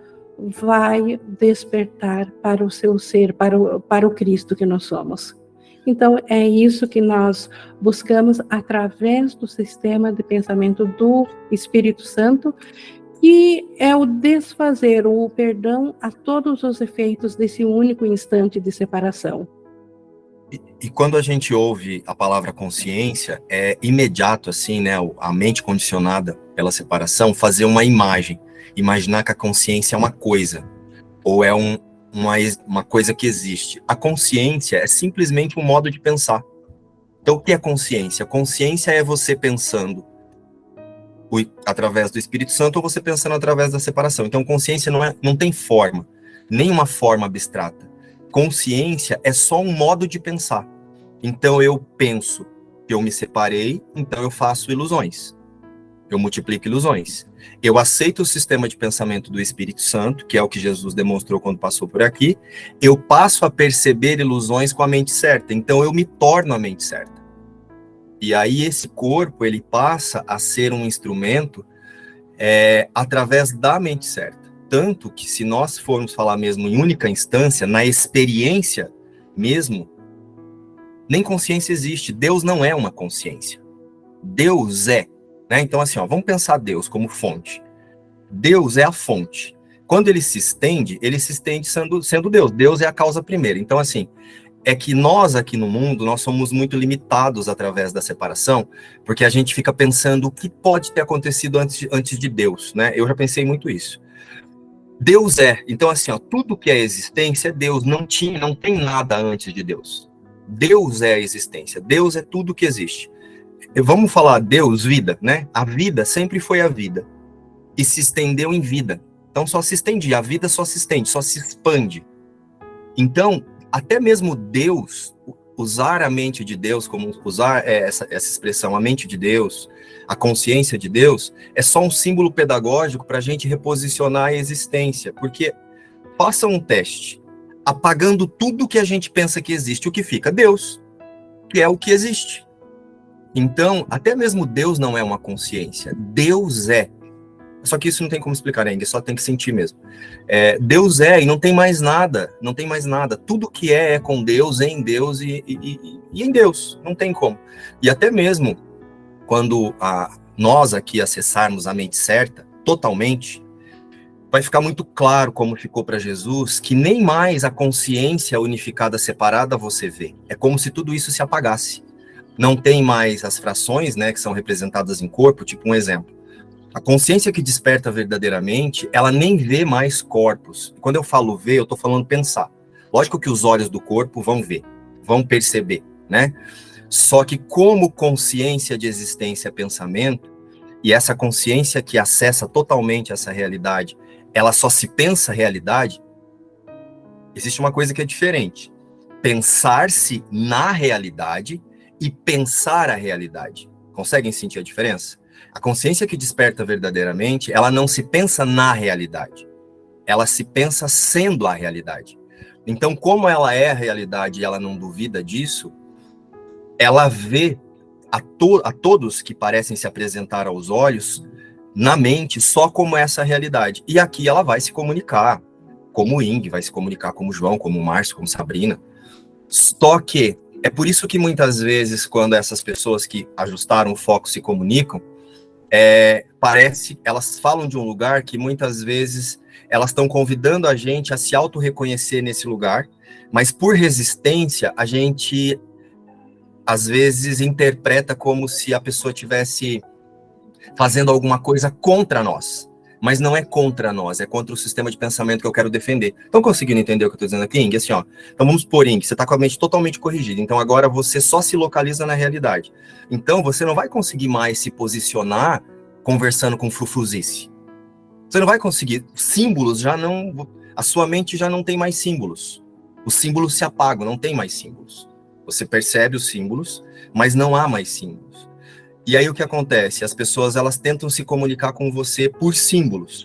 vai despertar para o seu ser, para o, para o Cristo que nós somos. Então, é isso que nós buscamos através do sistema de pensamento do Espírito Santo, que é o desfazer, o perdão a todos os efeitos desse único instante de separação. E, e quando a gente ouve a palavra consciência, é imediato, assim, né, a mente condicionada pela separação, fazer uma imagem. imaginar que a consciência é uma coisa, ou é um, uma, uma coisa que existe. A consciência é simplesmente um modo de pensar. Então, o que é consciência? Consciência é você pensando o, através do Espírito Santo ou você pensando através da separação. Então, consciência não, é, não tem forma, nem uma forma abstrata. Consciência é só um modo de pensar. Então, eu penso que eu me separei, então eu faço ilusões. Eu multiplico ilusões. Eu aceito o sistema de pensamento do Espírito Santo, que é o que Jesus demonstrou quando passou por aqui. Eu passo a perceber ilusões com a mente certa. Então eu me torno a mente certa. E aí esse corpo, ele passa a ser um instrumento é, através da mente certa. Tanto que se nós formos falar mesmo em única instância, na experiência mesmo, nem consciência existe. Deus não é uma consciência. Deus é. Né? Então, assim, ó, vamos pensar Deus como fonte. Deus é a fonte. Quando ele se estende, ele se estende sendo, sendo Deus. Deus é a causa primeira. Então, assim, é que nós aqui no mundo, nós somos muito limitados através da separação, porque a gente fica pensando o que pode ter acontecido antes de, antes de Deus, né? Eu já pensei muito isso. Deus é. Então, assim, ó, tudo que é existência é Deus. Não tinha, não tem nada antes de Deus. Deus é a existência. Deus é tudo que existe. Vamos falar Deus, vida, né? A vida sempre foi a vida. E se estendeu em vida. Então só se estende, a vida só se estende, só se expande. Então, até mesmo Deus, usar a mente de Deus, como usar é, essa, essa expressão, a mente de Deus, a consciência de Deus, é só um símbolo pedagógico para a gente reposicionar a existência. Porque faça um teste, apagando tudo que a gente pensa que existe, o que fica? Deus, que é o que existe. Então, até mesmo Deus não é uma consciência. Deus é. Só que isso não tem como explicar ainda, só tem que sentir mesmo. É, Deus é e não tem mais nada, não tem mais nada. Tudo que é é com Deus, em Deus e, e, e, e em Deus. Não tem como. E até mesmo quando a, nós aqui acessarmos a mente certa, totalmente, vai ficar muito claro, como ficou para Jesus, que nem mais a consciência unificada, separada, você vê. É como se tudo isso se apagasse. Não tem mais as frações, né, que são representadas em corpo, tipo um exemplo. A consciência que desperta verdadeiramente, ela nem vê mais corpos. Quando eu falo ver, eu estou falando pensar. Lógico que os olhos do corpo vão ver, vão perceber, né? Só que como consciência de existência, pensamento, e essa consciência que acessa totalmente essa realidade, ela só se pensa realidade, existe uma coisa que é diferente. Pensar-se na realidade e pensar a realidade. Conseguem sentir a diferença? A consciência que desperta verdadeiramente, ela não se pensa na realidade. Ela se pensa sendo a realidade. Então, como ela é a realidade e ela não duvida disso, ela vê a, to- a todos que parecem se apresentar aos olhos, na mente, só como essa realidade. E aqui ela vai se comunicar, como o Ing, vai se comunicar como o João, como o Márcio, como Sabrina. Só que é por isso que muitas vezes, quando essas pessoas que ajustaram o foco se comunicam, é, parece, elas falam de um lugar que muitas vezes elas estão convidando a gente a se auto-reconhecer nesse lugar, mas por resistência, a gente, às vezes, interpreta como se a pessoa estivesse fazendo alguma coisa contra nós. Mas não é contra nós, é contra o sistema de pensamento que eu quero defender. Estão conseguindo entender o que eu estou dizendo aqui, Ing? Assim, ó, então vamos supor, Ing, você está com a mente totalmente corrigida, então agora você só se localiza na realidade. Então você não vai conseguir mais se posicionar conversando com frufruzice. Você não vai conseguir, símbolos já não, a sua mente já não tem mais símbolos. Os símbolos se apagam, não tem mais símbolos. Você percebe os símbolos, mas não há mais símbolos. E aí o que acontece? As pessoas, elas tentam se comunicar com você por símbolos.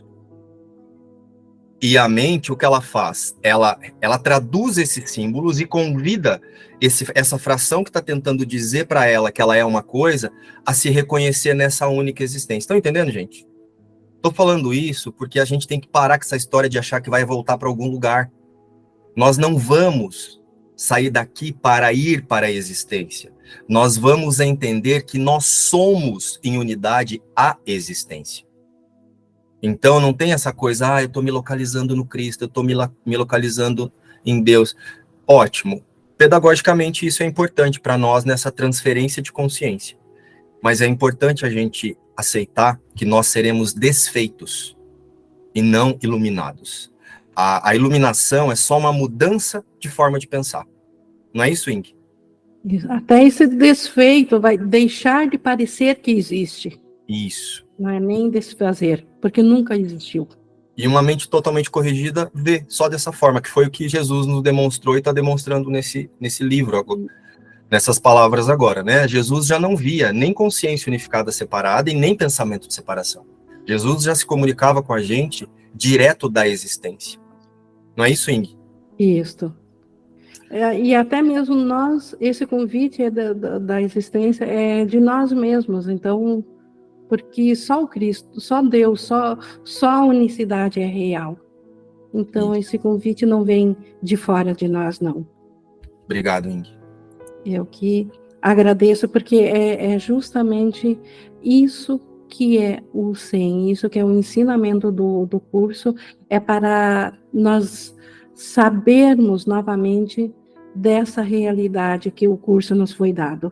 E a mente, o que ela faz? Ela, ela traduz esses símbolos e convida esse, essa fração que está tentando dizer para ela que ela é uma coisa, a se reconhecer nessa única existência. Estão entendendo, gente? Estou falando isso porque a gente tem que parar com essa história de achar que vai voltar para algum lugar. Nós não vamos sair daqui para ir para a existência. Nós vamos entender que nós somos em unidade a existência. Então não tem essa coisa, ah, eu estou me localizando no Cristo, eu estou me, me localizando em Deus. Ótimo. Pedagogicamente isso é importante para nós nessa transferência de consciência. Mas é importante a gente aceitar que nós seremos desfeitos. e não iluminados. A, a iluminação é só uma mudança de forma de pensar. Não é isso, Ing? Até esse desfeito vai deixar de parecer que existe. Isso. Não é nem desfazer, porque nunca existiu. E uma mente totalmente corrigida vê só dessa forma, que foi o que Jesus nos demonstrou e está demonstrando nesse, nesse livro, agora, nessas palavras agora, né? Jesus já não via nem consciência unificada separada e nem pensamento de separação. Jesus já se comunicava com a gente direto da existência. Não é isso, Ing? Isso. É, e até mesmo nós, esse convite é da, da, da existência é de nós mesmos, então, porque só o Cristo, só Deus, só, só a unicidade é real. Então, esse convite não vem de fora de nós, não. Obrigado, Ing. Eu que agradeço, porque é, é justamente isso que é o S E M, isso que é o ensinamento do, do curso, é para nós sabermos novamente dessa realidade que o curso nos foi dado.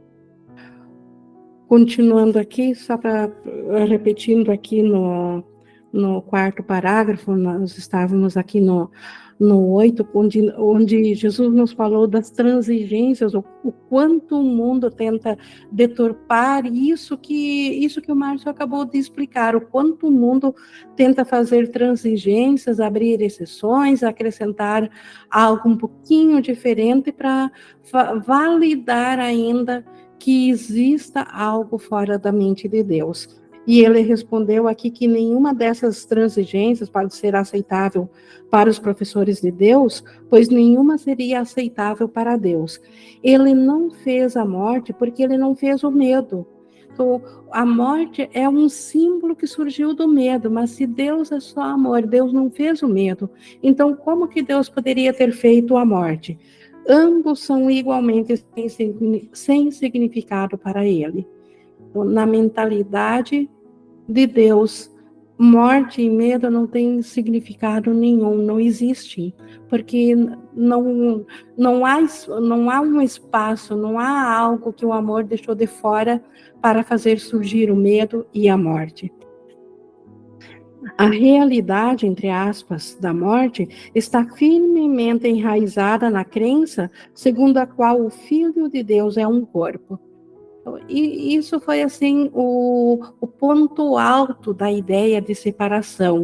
Continuando aqui, só para repetindo aqui no, no quarto parágrafo, nós estávamos aqui no, no oito, onde, onde Jesus nos falou das transigências, o, o quanto o mundo tenta deturpar isso que, isso que o Márcio acabou de explicar, o quanto o mundo tenta fazer transigências, abrir exceções, acrescentar algo um pouquinho diferente para validar ainda que exista algo fora da mente de Deus. E ele respondeu aqui que nenhuma dessas transigências pode ser aceitável para os professores de Deus, pois nenhuma seria aceitável para Deus. Ele não fez a morte porque ele não fez o medo. Então, a morte é um símbolo que surgiu do medo, mas se Deus é só amor, Deus não fez o medo. Então, como que Deus poderia ter feito a morte? Ambos são igualmente sem, sem significado para ele. Na mentalidade de Deus, morte e medo não tem significado nenhum, não existem, porque não, não, há, não há um espaço, não há algo que o amor deixou de fora para fazer surgir o medo e a morte. A realidade, entre aspas, da morte está firmemente enraizada na crença segundo a qual o Filho de Deus é um corpo. E isso foi, assim, o, o ponto alto da ideia de separação,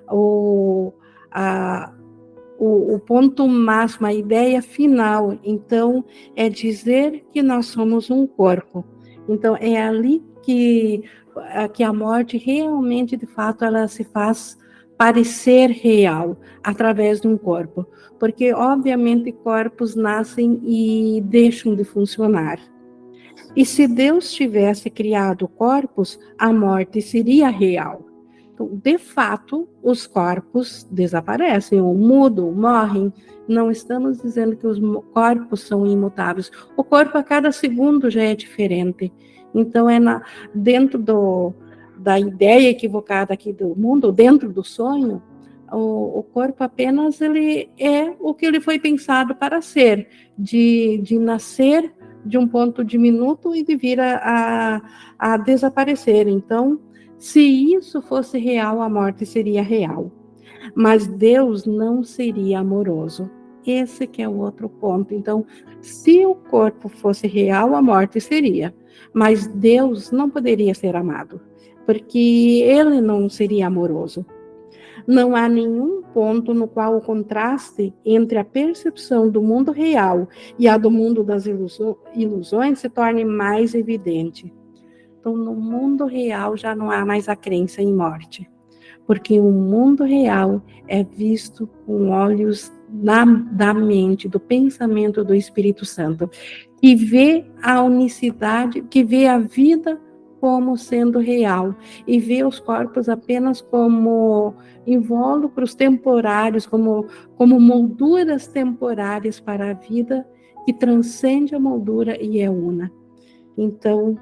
o, a, o, o ponto máximo, a ideia final, então, é dizer que nós somos um corpo. Então, é ali que... que a morte realmente, de fato, ela se faz parecer real através de um corpo, porque, obviamente, corpos nascem e deixam de funcionar. E se Deus tivesse criado corpos, a morte seria real. Então, de fato, os corpos desaparecem, ou mudam, morrem. Não estamos dizendo que os corpos são imutáveis. O corpo a cada segundo já é diferente. Então, é na, dentro do, da ideia equivocada aqui do mundo, dentro do sonho, o, o corpo apenas ele é o que ele foi pensado para ser, de, de nascer de um ponto diminuto e de vir a, a, a desaparecer. Então, se isso fosse real, a morte seria real. Mas Deus não seria amoroso. Esse que é o outro ponto. Então, se o corpo fosse real, a morte seria. Mas Deus não poderia ser amado, porque ele não seria amoroso. Não há nenhum ponto no qual o contraste entre a percepção do mundo real e a do mundo das ilusões se torne mais evidente. Então, no mundo real já não há mais a crença em morte, porque o mundo real é visto com olhos da, da mente, do pensamento do Espírito Santo, que vê a unicidade, que vê a vida como sendo real e vê os corpos apenas como invólucros temporários, como, como molduras temporárias para a vida que transcende a moldura e é una. Então,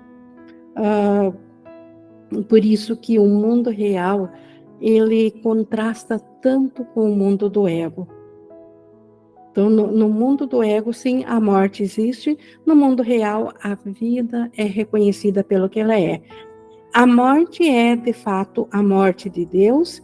uh, por isso que o mundo real, ele contrasta tanto com o mundo do ego. Então, no, no mundo do ego, sim, a morte existe. No mundo real, a vida é reconhecida pelo que ela é. A morte é, de fato, a morte de Deus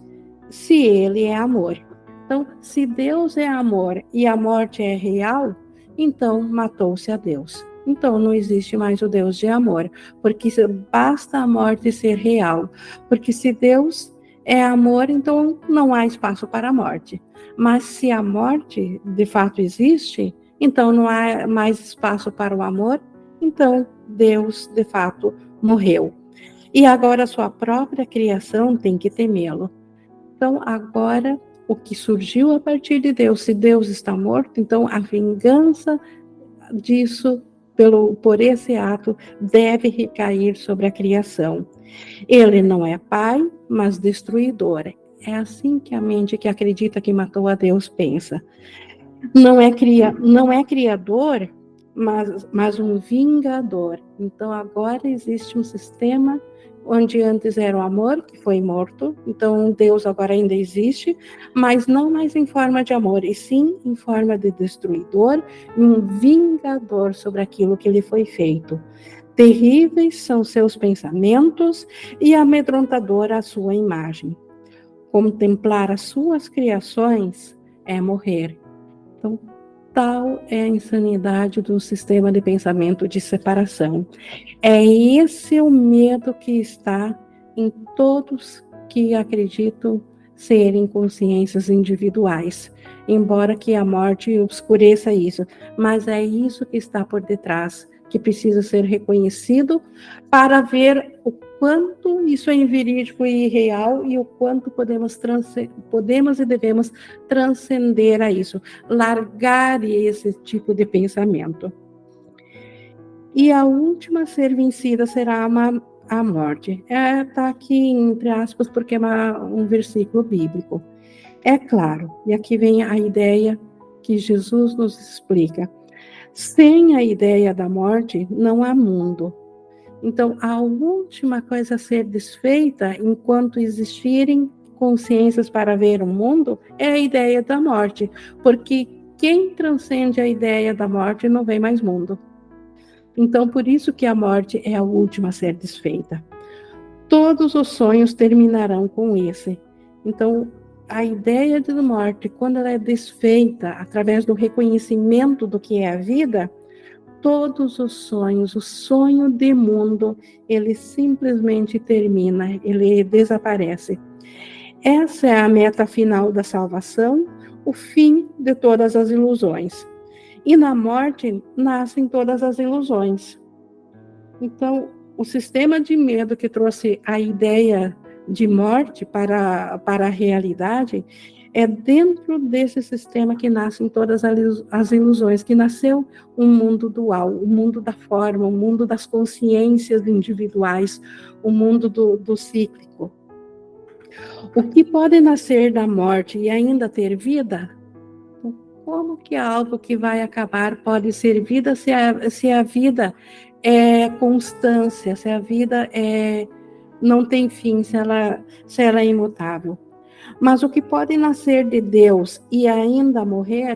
se ele é amor. Então, se Deus é amor e a morte é real, então matou-se a Deus. Então não existe mais o Deus de amor, porque basta a morte ser real. Porque se Deus é amor, então não há espaço para a morte. Mas se a morte de fato existe, então não há mais espaço para o amor, então Deus de fato morreu. E agora a sua própria criação tem que temê-lo. Então agora o que surgiu a partir de Deus, se Deus está morto, então a vingança disso, pelo, por esse ato, deve recair sobre a criação. Ele não é pai, mas destruidor. É assim que a mente que acredita que matou a Deus pensa. Não é, cria, não é criador, mas, mas um vingador. Então agora existe um sistema onde antes era o amor, que foi morto, então Deus agora ainda existe, mas não mais em forma de amor, e sim em forma de destruidor, e um vingador sobre aquilo que lhe foi feito. Terríveis são seus pensamentos e amedrontadora a sua imagem. Contemplar as suas criações é morrer. Então, tal é a insanidade do sistema de pensamento de separação. É esse o medo que está em todos que acreditam serem consciências individuais, embora que a morte obscureça isso, mas é isso que está por detrás, que precisa ser reconhecido para ver o quanto isso é inverídico e irreal e o quanto podemos, transce- podemos e devemos transcender a isso, largar esse tipo de pensamento. E a última a ser vencida será uma, a morte. Está é, tá aqui entre aspas porque é uma, um versículo bíblico. É claro, e aqui vem a ideia que Jesus nos explica. Sem a ideia da morte, não há mundo. Então, a última coisa a ser desfeita, enquanto existirem consciências para ver o mundo, é a ideia da morte. Porque quem transcende a ideia da morte não vê mais mundo. Então, por isso que a morte é a última a ser desfeita. Todos os sonhos terminarão com esse. Então, a ideia de morte, quando ela é desfeita através do reconhecimento do que é a vida, todos os sonhos, o sonho de mundo, ele simplesmente termina, ele desaparece. Essa é a meta final da salvação, o fim de todas as ilusões. E na morte nascem todas as ilusões. Então, o sistema de medo que trouxe a ideia de morte para, para a realidade, é dentro desse sistema que nascem todas as ilusões, que nasceu um mundo dual, o um mundo da forma, o um mundo das consciências individuais, o um mundo do, do cíclico. O que pode nascer da morte e ainda ter vida? Como que algo que vai acabar pode ser vida se a, se a vida é constância, se a vida é, não tem fim, se ela, se ela é imutável? Mas o que pode nascer de Deus e ainda morrer,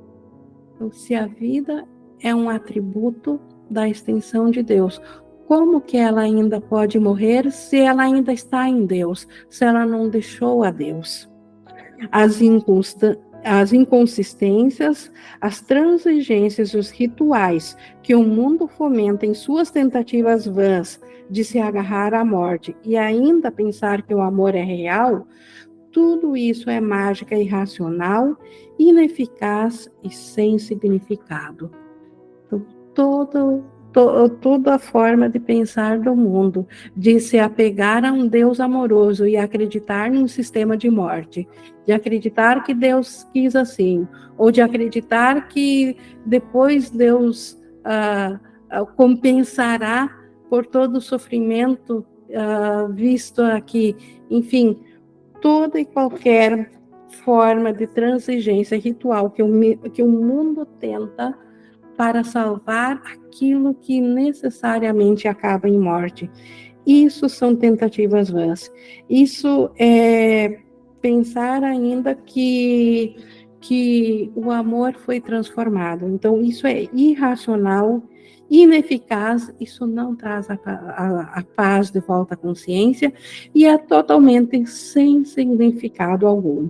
se a vida é um atributo da extensão de Deus, como que ela ainda pode morrer se ela ainda está em Deus, se ela não deixou a Deus? As, inconsta- as inconsistências, as transigências e os rituais que o mundo fomenta em suas tentativas vãs de se agarrar à morte e ainda pensar que o amor é real, tudo isso é mágica irracional, ineficaz e sem significado. Então, todo, to, toda a forma de pensar do mundo, de se apegar a um Deus amoroso e acreditar num sistema de morte, de acreditar que Deus quis assim, ou de acreditar que depois Deus ah, ah, compensará por todo o sofrimento ah, visto aqui, enfim, toda e qualquer forma de transigência ritual que o, que o mundo tenta para salvar aquilo que necessariamente acaba em morte. Isso são tentativas vãs. Isso é pensar ainda que, que o amor foi transformado. Então, isso é irracional ineficaz, isso não traz a, a, a paz de volta à consciência e é totalmente sem significado algum.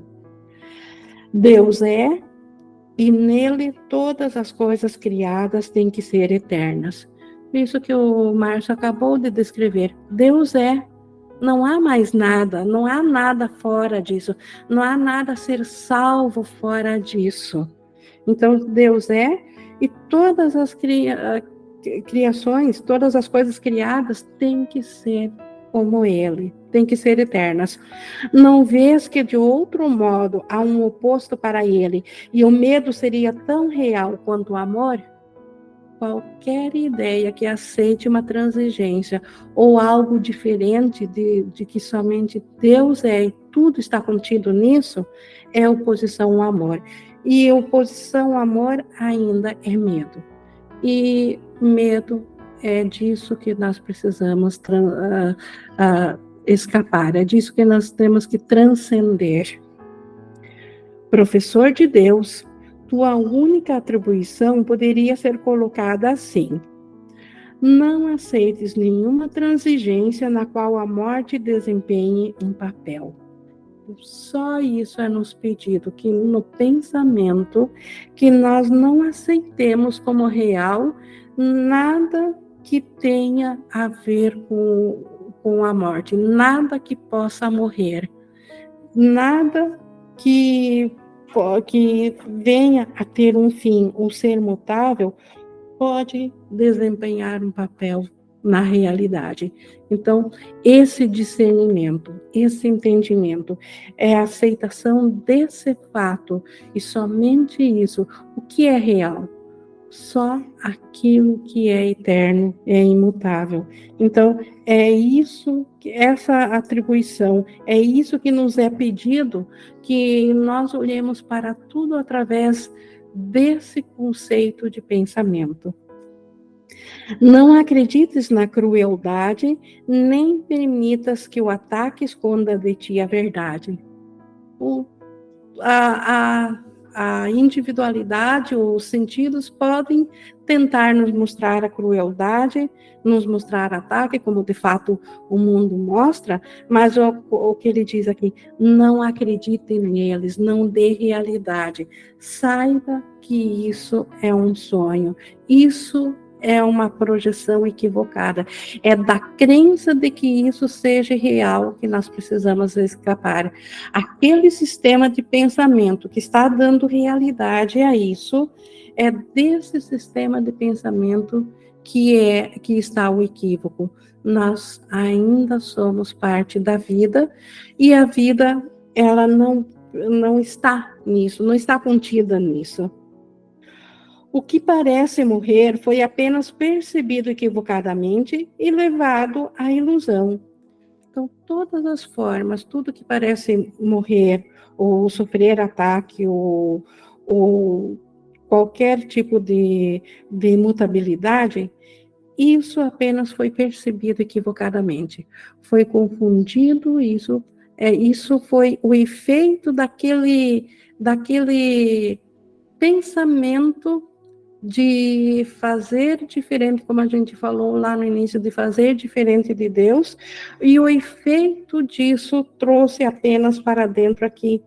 Deus é, e nele todas as coisas criadas têm que ser eternas. Isso que o Márcio acabou de descrever. Deus é, não há mais nada, não há nada fora disso, não há nada a ser salvo fora disso. Então, Deus é, e todas as cria, criações, todas as coisas criadas têm que ser como Ele, têm que ser eternas. Não vês que de outro modo há um oposto para Ele, e o medo seria tão real quanto o amor? Qualquer ideia que aceite uma transigência ou algo diferente de, de que somente Deus é e tudo está contido nisso, é oposição ao amor. E oposição ao amor ainda é medo. E medo é disso que nós precisamos uh, uh, escapar, é disso que nós temos que transcender. Professor de Deus, tua única atribuição poderia ser colocada assim: não aceites nenhuma transigência na qual a morte desempenhe um papel. Só isso é nos pedido, que no pensamento, que nós não aceitemos como real nada que tenha a ver com, com a morte, nada que possa morrer, nada que, que venha a ter um fim, um ser mutável, pode desempenhar um papel na realidade. Então, esse discernimento, esse entendimento, é a aceitação desse fato, e somente isso. O que é real? Só aquilo que é eterno, é imutável. Então, é isso, essa atribuição, é isso que nos é pedido, que nós olhemos para tudo através desse conceito de pensamento. Não acredites na crueldade, nem permitas que o ataque esconda de ti a verdade. O, a, a, a individualidade, os sentidos podem tentar nos mostrar a crueldade, nos mostrar ataque, como de fato o mundo mostra, mas o, o que ele diz aqui, não acredite neles, não dê realidade. Saiba que isso é um sonho, isso é uma projeção equivocada. É da crença de que isso seja real que nós precisamos escapar. Aquele sistema de pensamento que está dando realidade a isso, é desse sistema de pensamento que, é, que está o equívoco. Nós ainda somos parte da vida, e a vida, ela não, não está nisso, não está contida nisso. O que parece morrer foi apenas percebido equivocadamente e levado à ilusão. Então, todas as formas, tudo que parece morrer, ou sofrer ataque, ou, ou qualquer tipo de, de mutabilidade, isso apenas foi percebido equivocadamente. Foi confundido, isso, é, isso foi o efeito daquele, daquele pensamento de fazer diferente, como a gente falou lá no início, de fazer diferente de Deus, e o efeito disso trouxe apenas para dentro aqui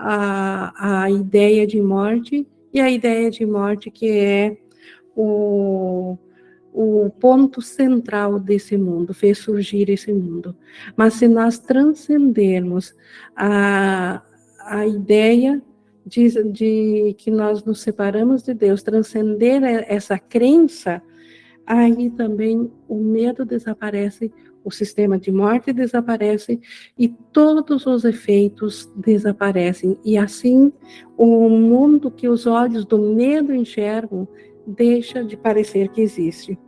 a, a ideia de morte, e a ideia de morte que é o, o ponto central desse mundo, fez surgir esse mundo. Mas se nós transcendermos a, a ideia De, de que nós nos separamos de Deus, transcender essa crença, aí também o medo desaparece, o sistema de morte desaparece e todos os efeitos desaparecem. E assim, o mundo que os olhos do medo enxergam deixa de parecer que existe.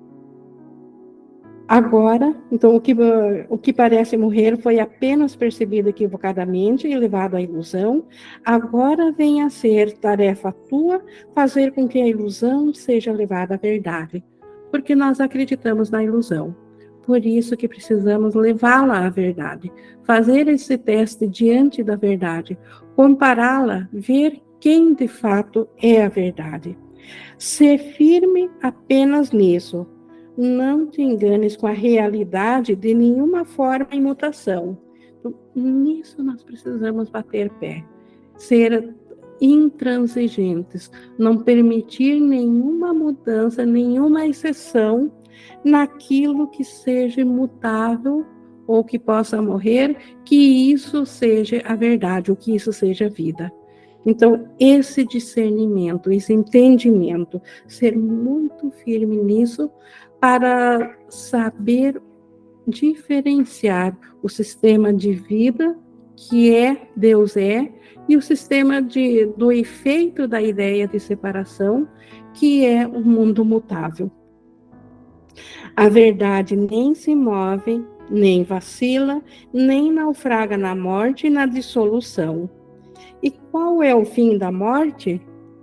Agora, então, o que, o que parece morrer foi apenas percebido equivocadamente e levado à ilusão. Agora vem a ser tarefa tua fazer com que a ilusão seja levada à verdade, porque nós acreditamos na ilusão. Por isso que precisamos levá-la à verdade, fazer esse teste diante da verdade, compará-la, ver quem de fato é a verdade. Ser firme apenas nisso. Não te enganes com a realidade de nenhuma forma em mutação. Então, nisso nós precisamos bater pé. Ser intransigentes. Não permitir nenhuma mudança, nenhuma exceção naquilo que seja imutável ou que possa morrer, que isso seja a verdade, ou que isso seja a vida. Então, esse discernimento, esse entendimento, ser muito firme nisso, para saber diferenciar o sistema de vida que é, Deus é, e o sistema de, do efeito da ideia de separação, que é o mundo mutável. A verdade nem se move, nem vacila, nem naufraga na morte e na dissolução. E qual é o fim da morte?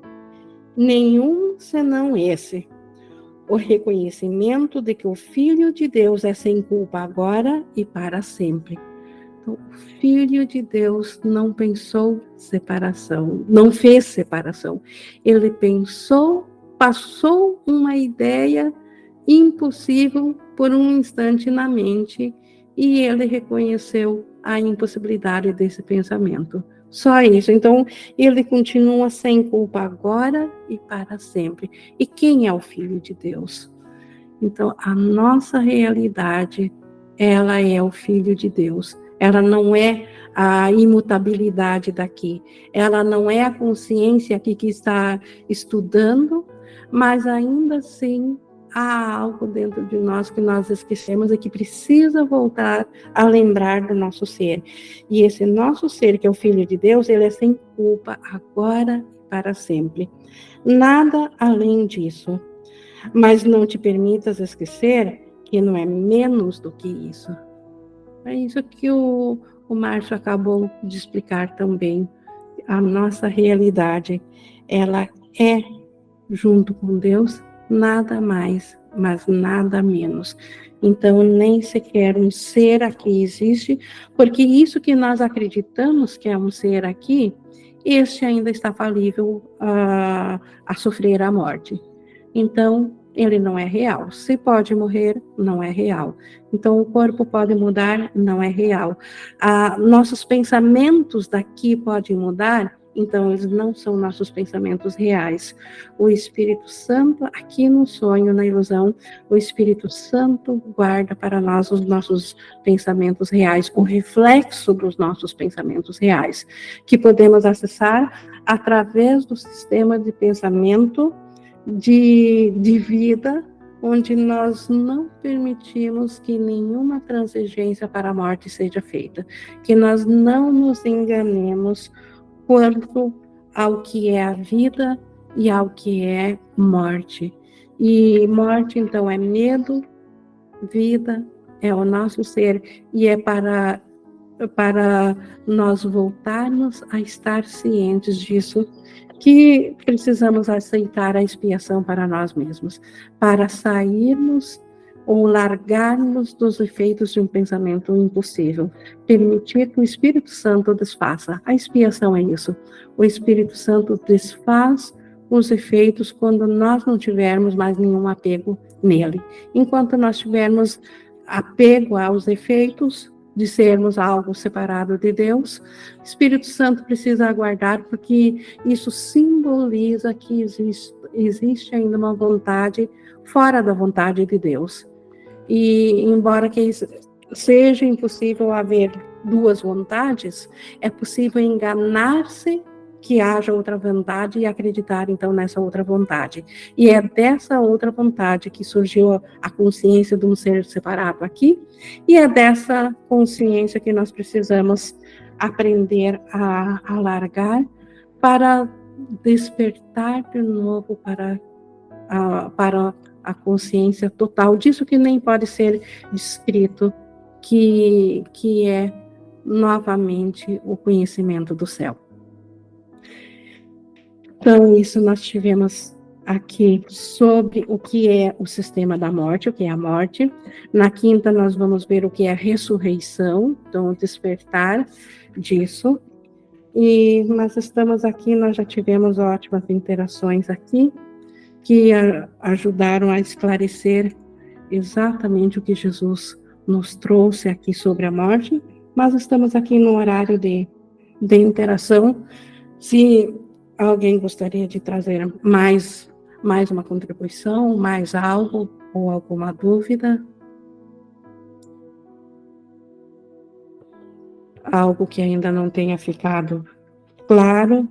Nenhum senão esse. O reconhecimento de que o Filho de Deus é sem culpa agora e para sempre. Então, o Filho de Deus não pensou separação, não fez separação. Ele pensou, passou uma ideia impossível por um instante na mente e ele reconheceu a impossibilidade desse pensamento. Só isso. Então, ele continua sem culpa agora e para sempre. E quem é o Filho de Deus? Então, a nossa realidade, ela é o Filho de Deus. Ela não é a imutabilidade daqui. Ela não é a consciência aqui que está estudando, mas ainda assim há algo dentro de nós que nós esquecemos e que precisa voltar a lembrar do nosso ser. E esse nosso ser, que é o Filho de Deus, ele é sem culpa agora e para sempre. Nada além disso. Mas não te permitas esquecer que não é menos do que isso. É isso que o, o Márcio acabou de explicar também. A nossa realidade, ela é, junto com Deus, nada mais, mas nada menos. Então, nem sequer um ser aqui existe, porque isso que nós acreditamos que é um ser aqui, este ainda está falível a, a sofrer a morte. Então, ele não é real. Se pode morrer, não é real. Então, o corpo pode mudar, não é real. Ah, nossos pensamentos daqui podem mudar, então eles não são nossos pensamentos reais. O Espírito Santo, aqui no sonho, na ilusão, o Espírito Santo guarda para nós os nossos pensamentos reais, o reflexo dos nossos pensamentos reais, que podemos acessar através do sistema de pensamento De, de vida, onde nós não permitimos que nenhuma transigência para a morte seja feita, que nós não nos enganemos quanto ao que é a vida e ao que é morte. E morte, então, é medo, vida é o nosso ser, e é para, para nós voltarmos a estar cientes disso, que precisamos aceitar a expiação para nós mesmos, para sairmos ou largarmos dos efeitos de um pensamento impossível, permitir que o Espírito Santo desfaça. A expiação é isso. O Espírito Santo desfaz os efeitos quando nós não tivermos mais nenhum apego nele. Enquanto nós tivermos apego aos efeitos de sermos algo separado de Deus, o Espírito Santo precisa aguardar, porque isso simboliza que existe, existe ainda uma vontade fora da vontade de Deus. E embora que seja impossível haver duas vontades, é possível enganar-se que haja outra vontade e acreditar, então, nessa outra vontade. E é dessa outra vontade que surgiu a consciência de um ser separado aqui, e é dessa consciência que nós precisamos aprender a, a largar para despertar de novo para a, para a consciência total, disso que nem pode ser descrito, que, que é novamente o conhecimento do céu. Então, isso nós tivemos aqui sobre o que é o sistema da morte, o que é a morte. Na quinta, nós vamos ver o que é a ressurreição, então, o despertar disso. E nós estamos aqui, nós já tivemos ótimas interações aqui. que a, ajudaram a esclarecer exatamente o que Jesus nos trouxe aqui sobre a morte, mas estamos aqui no horário de, de interação. Se alguém gostaria de trazer mais, mais uma contribuição, mais algo ou alguma dúvida, algo que ainda não tenha ficado claro.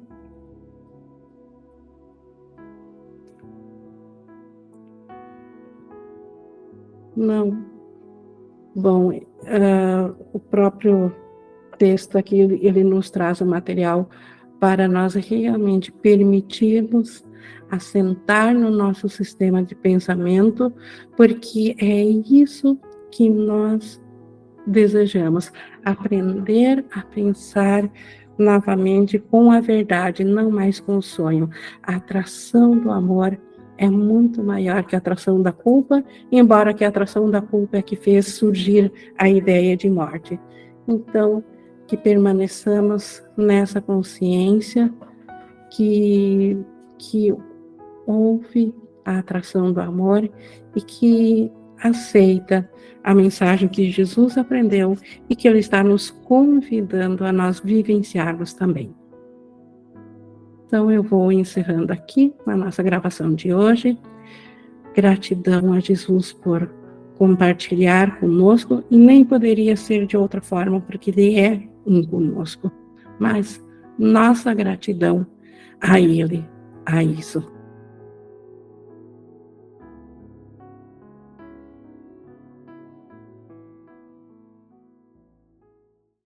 Não. Bom, uh, o próprio texto aqui, ele nos traz o material para nós realmente permitirmos assentar no nosso sistema de pensamento, porque é isso que nós desejamos, aprender a pensar novamente com a verdade, não mais com o sonho. A atração do amor é muito maior que a atração da culpa, embora que a atração da culpa é que fez surgir a ideia de morte. Então, que permaneçamos nessa consciência que, que houve a atração do amor e que aceita a mensagem que Jesus aprendeu e que Ele está nos convidando a nós vivenciarmos também. Então, eu vou encerrando aqui a nossa gravação de hoje. Gratidão a Jesus por compartilhar conosco, e nem poderia ser de outra forma, porque Ele é um conosco. Mas nossa gratidão a Ele, a isso.